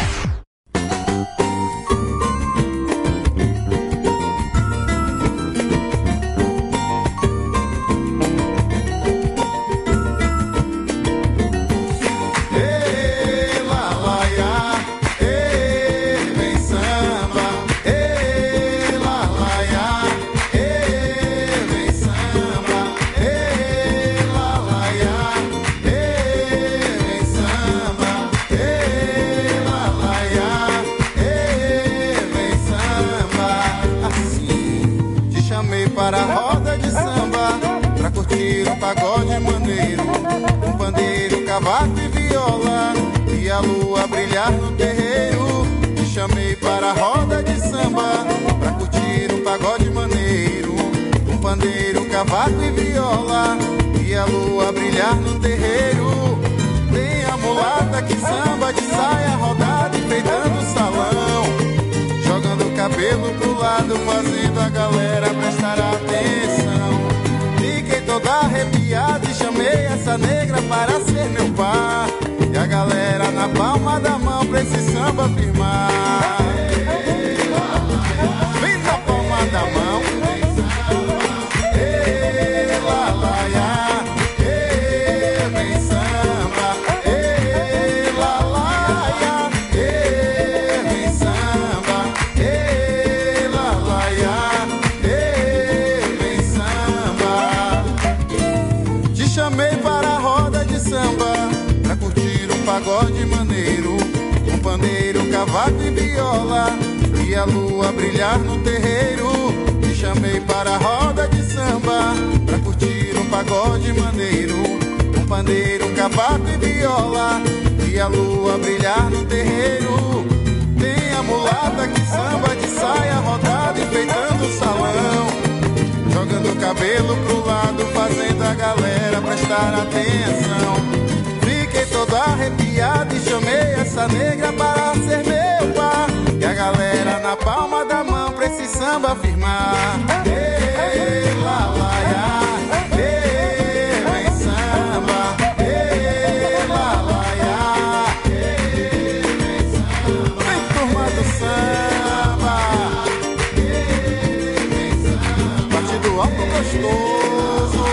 S5: Para a roda de samba, pra curtir um pagode maneiro, um pandeiro, cavaco e viola, e a lua brilhar no terreiro. Te chamei para a roda de samba, pra curtir um pagode maneiro, um pandeiro, cavaco e viola, e a lua brilhar no terreiro. Tem a mulata que samba de saia rodada, enfeitando o salão, jogando o cabelo pro lado, fazendo a galera prestar atenção. Fiquei toda arrepiada e chamei essa negra para ser meu par, e a galera na palma da mão pra esse samba firmar. Vem na palma da mão. Ei, lá, lá, ia. Ei, vem samba. Ei, lá, lá, ia. Ei, vem samba. Ei, lá, lá, ia. Ei, vem samba. Te chamei para a roda de samba, pra curtir um pagode maneiro, um pandeiro, cavaco e viola, e a lua brilhar no terreiro. Te chamei para a roda de samba, pra curtir um pagode maneiro, um pandeiro, cavaco e viola, e a lua brilhar no terreiro. Tem a mulata que samba de saia rodada, enfeitando o salão, jogando o cabelo pro lado, fazendo a galera prestar atenção. Fiquei todo arrepiado e chamei essa negra para ser meu par, e a galera na palma da mão pra esse samba firmar. Ei, lá, lá, ia. Ei, vem samba. Ei, lá, lá, ia. Ei, vem samba. Vem turma do samba. Ei, vem samba. Partido alto gostoso.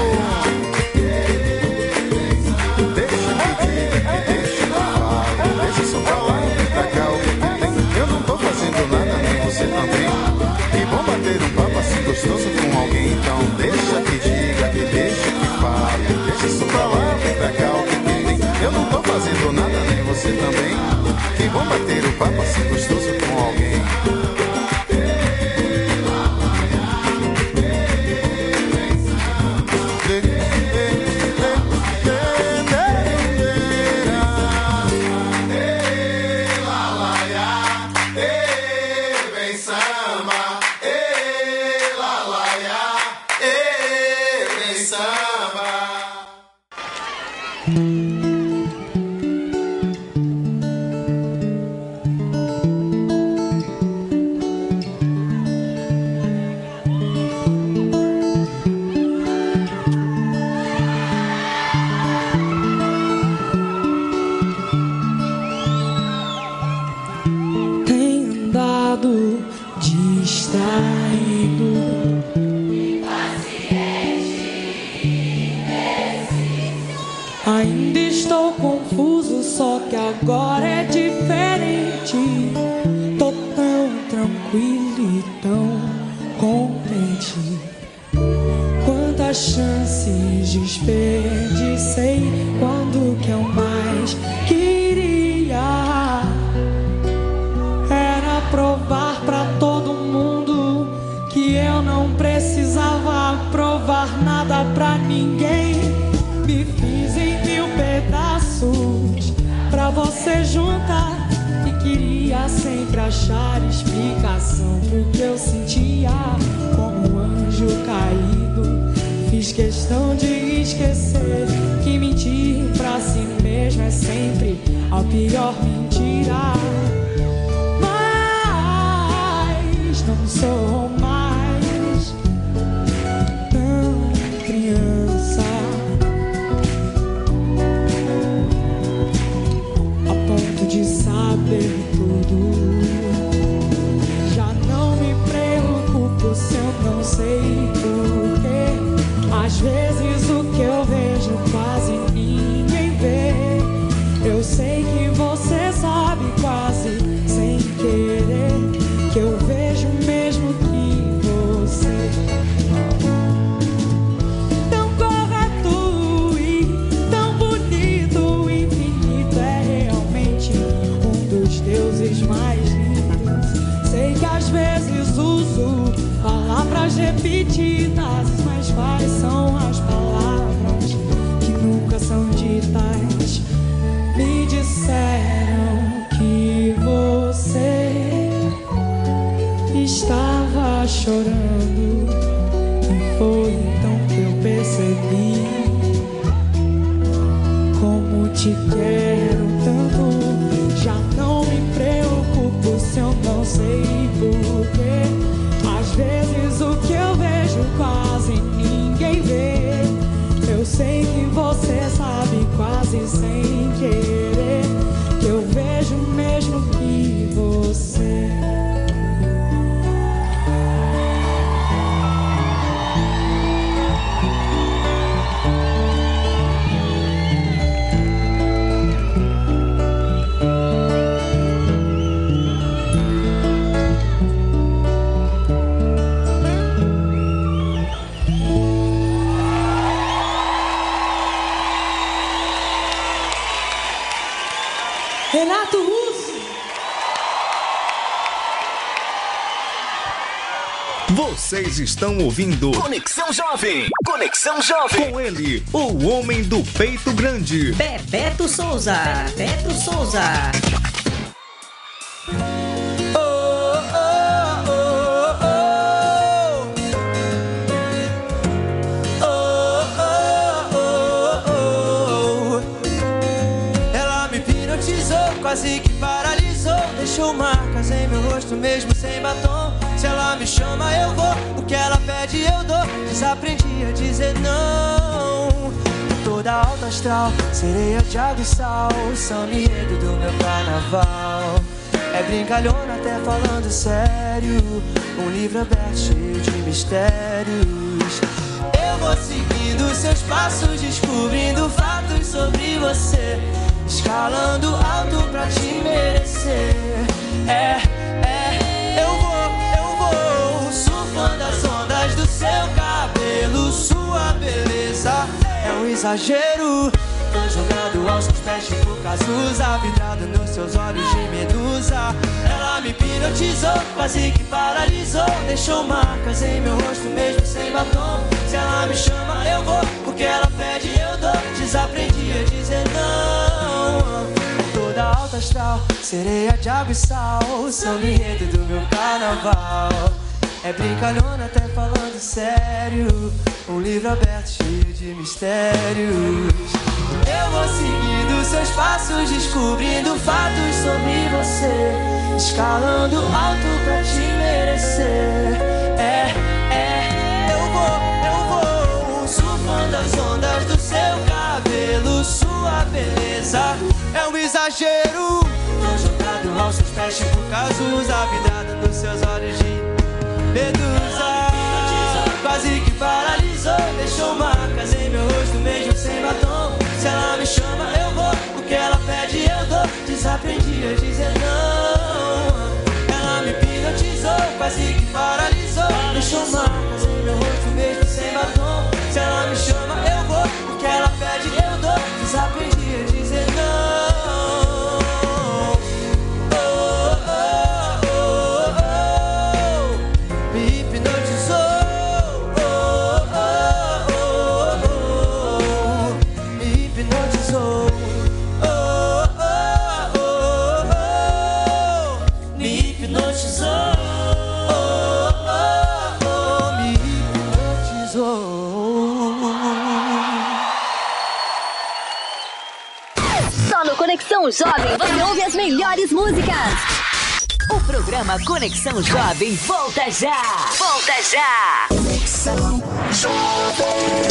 S5: Ei, vem samba. Deixa que diga, que deixa que fala. Deixa isso pra lá e vem pra cá, o que que tem? Eu não tô fazendo nada, nem você também. Que bom bater um papo assim gostoso com alguém. Então deixa que diga, que deixa que fale. Deixa isso pra lá, vem pra cá, o que que tem? Eu não tô fazendo nada, nem você também. Que bom bater um papo assim gostoso com alguém.
S9: estou confuso, só que agora é diferente. Tô tão tranquilo e tão contente. Quantas chances desperdicei quando que eu mais queria era provar pra todo mundo que eu não precisava provar nada pra ninguém. Me fiz em mil pedaços pra você juntar e queria sempre achar explicação pro que eu sentia como um anjo caído. Fiz questão de esquecer que mentir pra si mesmo é sempre a pior mentira. Mas não sou mais tão criança a ponto de saber tudo. Já não me preocupo se eu não sei porquê. Às vezes o que eu vejo quase ninguém vê. Eu sei que você sabe quase sem querer que eu vejo mesmo que você. Tão correto e tão bonito, infinito é realmente um dos deuses mais lindos. Sei que às vezes uso palavras repetidas, mas quais são as palavras que nunca são ditas? Me disseram que você estava chorando e foi então que eu percebi como te quero tanto. Já não me preocupo se eu não sei porquê. Às vezes o que eu vejo quase ninguém vê. Eu sei que você sabe quase sem querer que eu vejo mesmo que você. Renato Russo.
S17: Vocês estão ouvindo
S6: Conexão Jovem. Conexão Jovem.
S17: Com ele, o homem do peito grande,
S8: Bebeto Souza. Bebeto Souza.
S9: Quase que paralisou, deixou marcas em meu rosto mesmo sem batom. Se ela me chama eu vou, o que ela pede eu dou. Desaprendi a dizer não. Toda alta astral, sereia de água e sal, samba enredo do meu carnaval. É brincalhona até falando sério, um livro aberto cheio de mistérios. Eu vou seguindo seus passos, descobrindo fatos sobre você, escalando alto pra te merecer. É, é, eu vou, eu vou, surfando as ondas do seu cabelo. Sua beleza é um exagero. Tô jogando aos seus pés tipo Cazuza, vidrado nos seus olhos de medusa. Ela me hipnotizou, quase que paralisou, deixou marcas em meu rosto mesmo sem batom. Se ela me chama eu vou, o que ela pede eu dou. Desaprendi a dizer não. Toda alta astral, sereia de água e sal, samba enredo do meu carnaval. É brincalhona até falando sério, um livro aberto cheio de mistérios. Eu vou seguindo seus passos, descobrindo fatos sobre você, escalando alto pra te merecer. É, é, eu vou, eu vou, surfando as ondas do seu cabelo. Sua beleza é um exagero. Tô jogado aos seus pés tipo Cazuza, vidrado nos seus olhos de medusa. Quase que paralisou, deixou marcas em meu rosto mesmo sem batom. Se ela me chama eu vou, o que ela pede eu dou. Desaprendi a dizer não. Ela me hipnotizou, quase que paralisou. Deixou marcas em meu rosto mesmo sem batom. Se ela me chama eu vou, o que ela pede eu dou. Desaprendi a dizer não.
S10: Conexão Jovem, você ouve as melhores músicas. O programa Conexão Jovem volta já. Volta já. Conexão Jovem.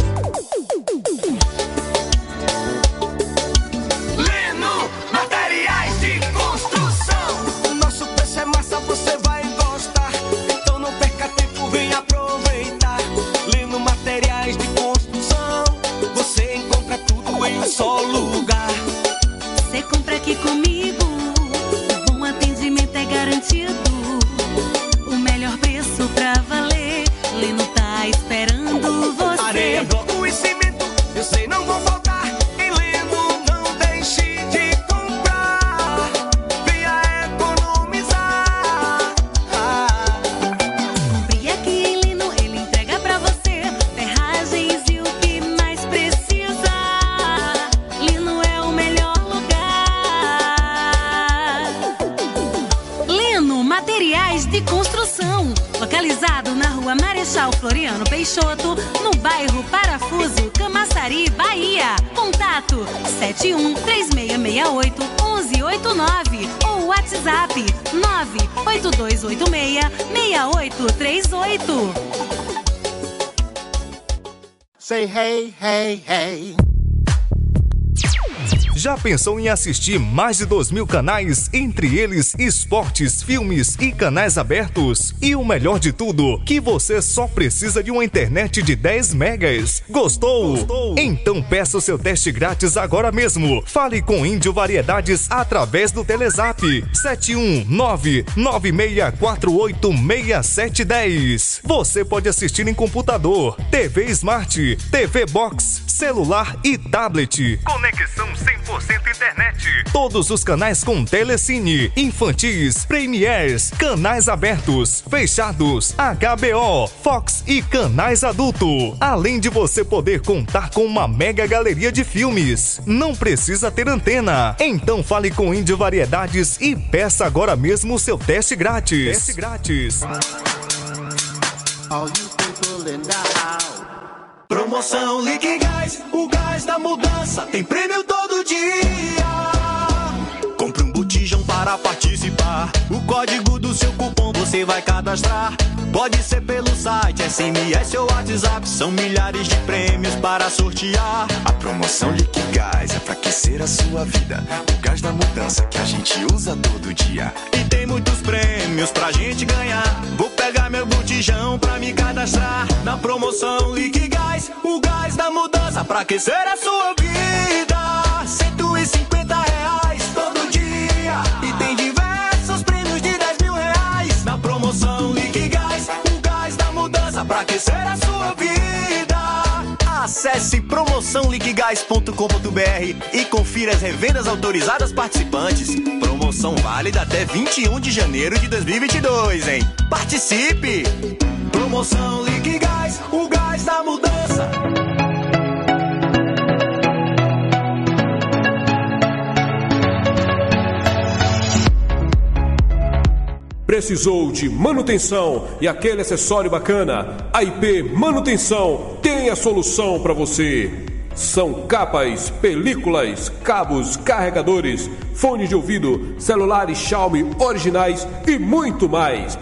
S9: Leno, materiais de construção. O nosso preço é massa, você vai gostar. Então não perca tempo, vem aproveitar. Leno, materiais de construção. Você encontra tudo em um só lugar.
S14: Você compra aqui comigo, o bom atendimento é garantido. O melhor preço pra valer, Leno tá esperando você.
S9: Areia, bloco e cimento, eu sei não vão faltar. Em Leno não deixe de comprar, venha economizar.
S14: Ah. Compre aqui em Leno, ele entrega pra você ferragens e o que mais precisa. Leno é o melhor. Materiais de construção, localizado na rua Marechal Floriano Peixoto, no bairro Parafuso, Camaçari, Bahia. Contato sete um três seis seis oito um um oito nove ou WhatsApp nove oito dois oito seis seis oito três oito.
S16: Say hey, hey, hey.
S17: Já pensou em assistir mais de dois mil canais, entre eles esportes, filmes e canais abertos? E o melhor de tudo, que você só precisa de uma internet de dez megas. Gostou? Gostou? Então peça o seu teste grátis agora mesmo. Fale com Índio Variedades através do Telezap sete um nove nove seis quatro oito seis sete um zero. Você pode assistir em computador, T V Smart, T V Box, celular e tablet. Conexão cem por cento internet. Todos os canais com Telecine, infantis, premiers, canais abertos, fechados, H B O, Fox e canais adulto. Além de você poder contar com uma mega galeria de filmes. Não precisa ter antena. Então fale com Índio Variedades e peça agora mesmo o seu teste grátis. Teste grátis.
S16: All you people in the house.
S9: Promoção Liquigás, o gás da mudança tem prêmio todo dia. Compre um botijão para participar. O código do seu cupom você vai cadastrar. Pode ser pelo site, S M S ou WhatsApp. São milhares de prêmios para sortear.
S15: A promoção Liquigás é pra aquecer a sua vida. O gás da mudança que a gente usa todo dia.
S9: E tem muitos prêmios pra gente ganhar. Vou pegar meu botijão pra me cadastrar. Na promoção Liquigás, o gás da mudança pra aquecer a sua vida. Cento e cinquenta reais todo dia. E tem diversos prêmios de dez mil reais. Na promoção Liquigás, o gás da mudança pra aquecer a sua vida. Acesse promoção liquigás ponto com ponto br e confira as revendas autorizadas participantes. Promoção válida até vinte e um de janeiro de dois mil e vinte e dois, hein? Participe! Promoção Liquigás, o gás da mudança.
S18: Precisou de manutenção e aquele acessório bacana? A I P Manutenção tem a solução para você. São capas, películas, cabos, carregadores, fones de ouvido, celulares Xiaomi originais e muito mais.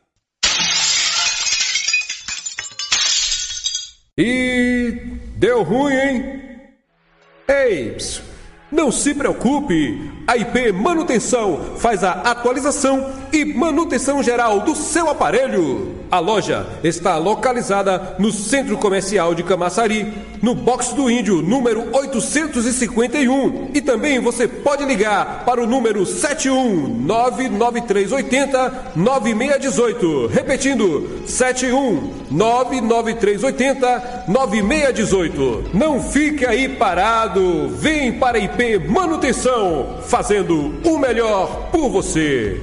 S18: E deu ruim, hein? Ei, psiu. Não se preocupe, a I P Manutenção faz a atualização e manutenção geral do seu aparelho. A loja está localizada no Centro Comercial de Camaçari, no Box do Índio, número oitocentos e cinquenta e um. E também você pode ligar para o número sete um nove nove três oito zero nove seis um oito. Repetindo, sete um nove nove três oito zero nove seis um oito. Não fique aí parado, vem para a I P Manutenção, fazendo o melhor por você.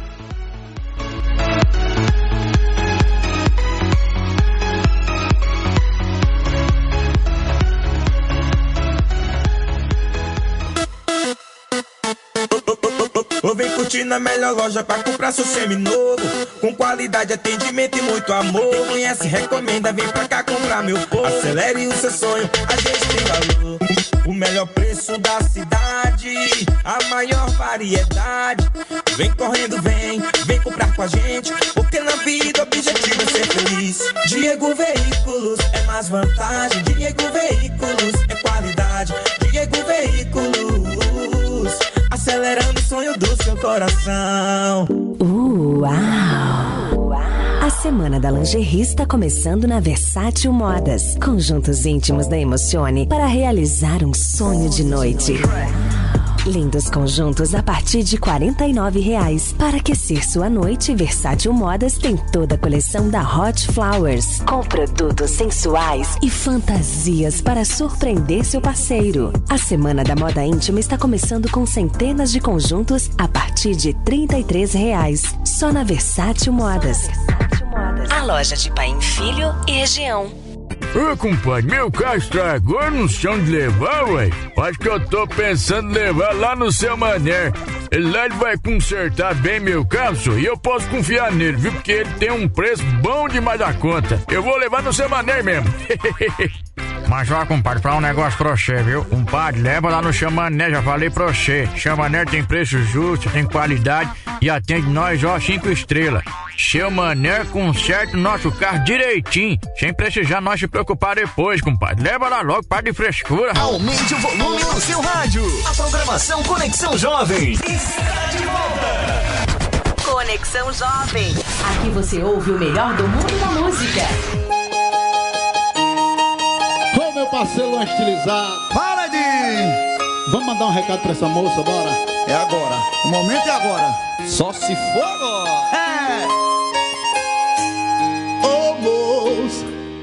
S19: Ou vem curtir na melhor loja pra comprar seu seminovo, com qualidade, atendimento e muito amor. Quem conhece, recomenda, vem pra cá comprar, meu povo. Acelere o seu sonho, a gente tem valor. O melhor preço da cidade, a maior variedade. Vem correndo, vem, vem comprar com a gente, porque na vida o objetivo é ser feliz. Diego Veículos é mais vantagem, Diego Veículos é qualidade, Diego Veículos, acelerando o sonho do seu coração.
S20: Uau! A semana da lingerie está começando na Versátil Modas. Conjuntos íntimos da Emocione para realizar um sonho de noite. Lindos conjuntos a partir de quarenta e nove reais. Para aquecer sua noite, Versátil Modas tem toda a coleção da Hot Flowers, com produtos sensuais e fantasias para surpreender seu parceiro. A Semana da Moda Íntima está começando com centenas de conjuntos a partir de trinta e três reais. Só na Versátil Modas. A loja de Paim Filho e região.
S21: Ô, compadre, meu carro estragou no chão de levar, ué. Acho que eu tô pensando em levar lá no seu Mané. Ele lá ele vai consertar bem meu carro, senhor, e eu posso confiar nele, viu? Porque ele tem um preço bom demais da conta. Eu vou levar no seu Mané mesmo. Mas ó, compadre, falar um negócio pra você, viu? Compadre, leva lá no Chamané, já falei pra você. Chamané tem preço justo, tem qualidade e atende nós, ó, cinco estrelas. Chamané conserta o nosso carro direitinho, sem precisar nós se preocupar depois, compadre. Leva lá logo, para de frescura.
S6: Aumente o volume no seu rádio. A programação Conexão Jovem está de volta.
S10: Conexão Jovem. Aqui você ouve o melhor do mundo da música.
S1: Ô, meu parceiro Luan Estilizado.
S22: Fala, de...
S1: Vamos mandar um recado pra essa moça, bora?
S22: É agora. O momento é agora.
S1: Só se for agora.
S22: É.
S1: Ô, moça,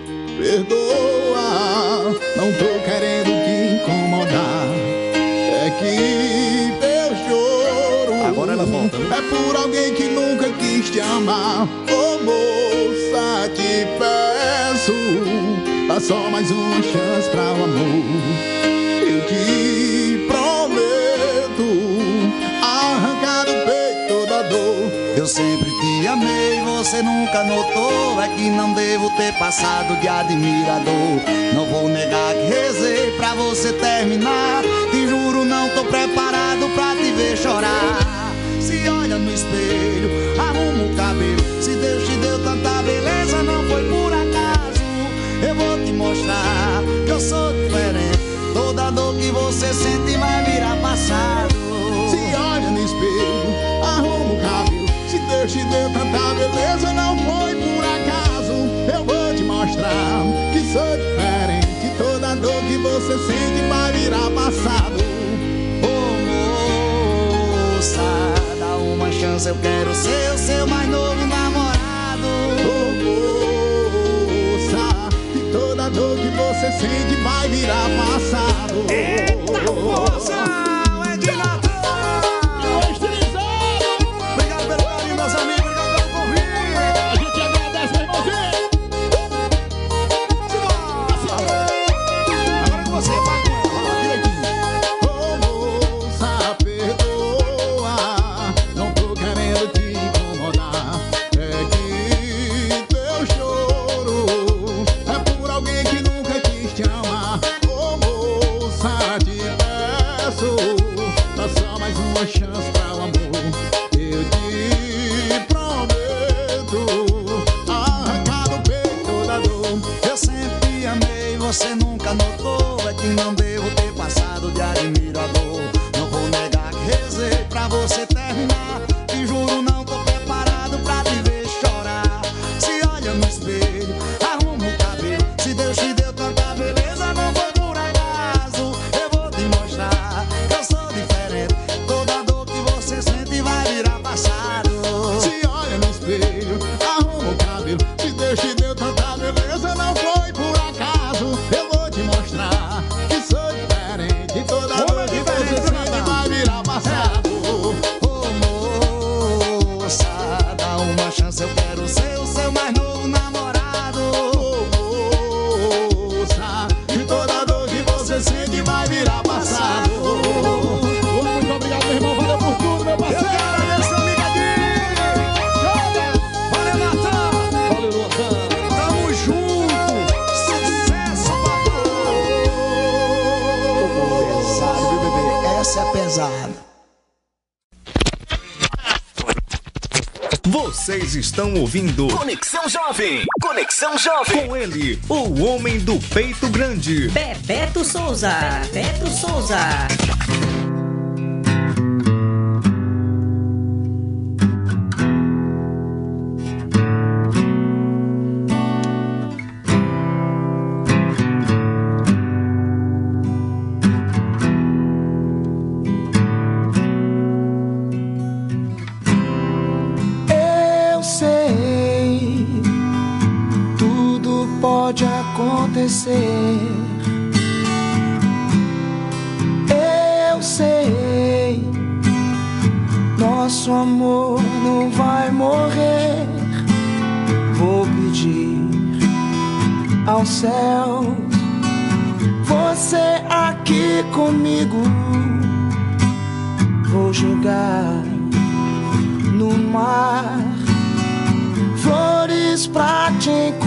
S1: perdoa. Não tô querendo te incomodar. É que teu choro
S22: agora ela volta, viu?
S1: É por alguém que nunca quis te amar. Ô, moça, te peço, dá só mais uma chance pra o amor. Eu te prometo arrancar do peito toda dor.
S22: Eu sempre te amei, você nunca notou. É que não devo ter passado de admirador. Não vou negar que rezei pra você terminar. Te juro, não tô preparado pra te ver chorar. Se olha no espelho, arruma o cabelo. Se Deus te deu tanta beleza, não foi por acaso. Eu vou te mostrar que eu sou diferente. Toda dor que você sente vai virar passado.
S1: Se olha no espelho, arruma o cabelo. Se Deus te deu tanta beleza, não foi por acaso. Eu vou te mostrar que sou diferente. Toda dor que você sente vai virar passado.
S22: Ô, moça, dá uma chance, eu quero ser o seu mais novo namorado.
S1: Ô, moça, que toda dor que você sente vai virar passado.
S22: Eita, moça!
S1: Chance para o amor, eu te prometo arrancar do peito toda dor.
S22: Eu sempre amei, você nunca notou. É que não devo ter passado de admirador. Não vou negar que rezei pra você terminar. Te juro, não tô preparado pra te ver chorar. Se olha essa é pesada.
S17: Vocês estão ouvindo
S6: Conexão Jovem. Conexão Jovem.
S17: Com ele, o homem do peito grande,
S8: Bebeto Souza. Bebeto Souza.
S1: Pode acontecer. Eu sei, nosso amor não vai morrer. Vou pedir ao céu, você aqui comigo. Vou jogar no mar flores pra te encontrar.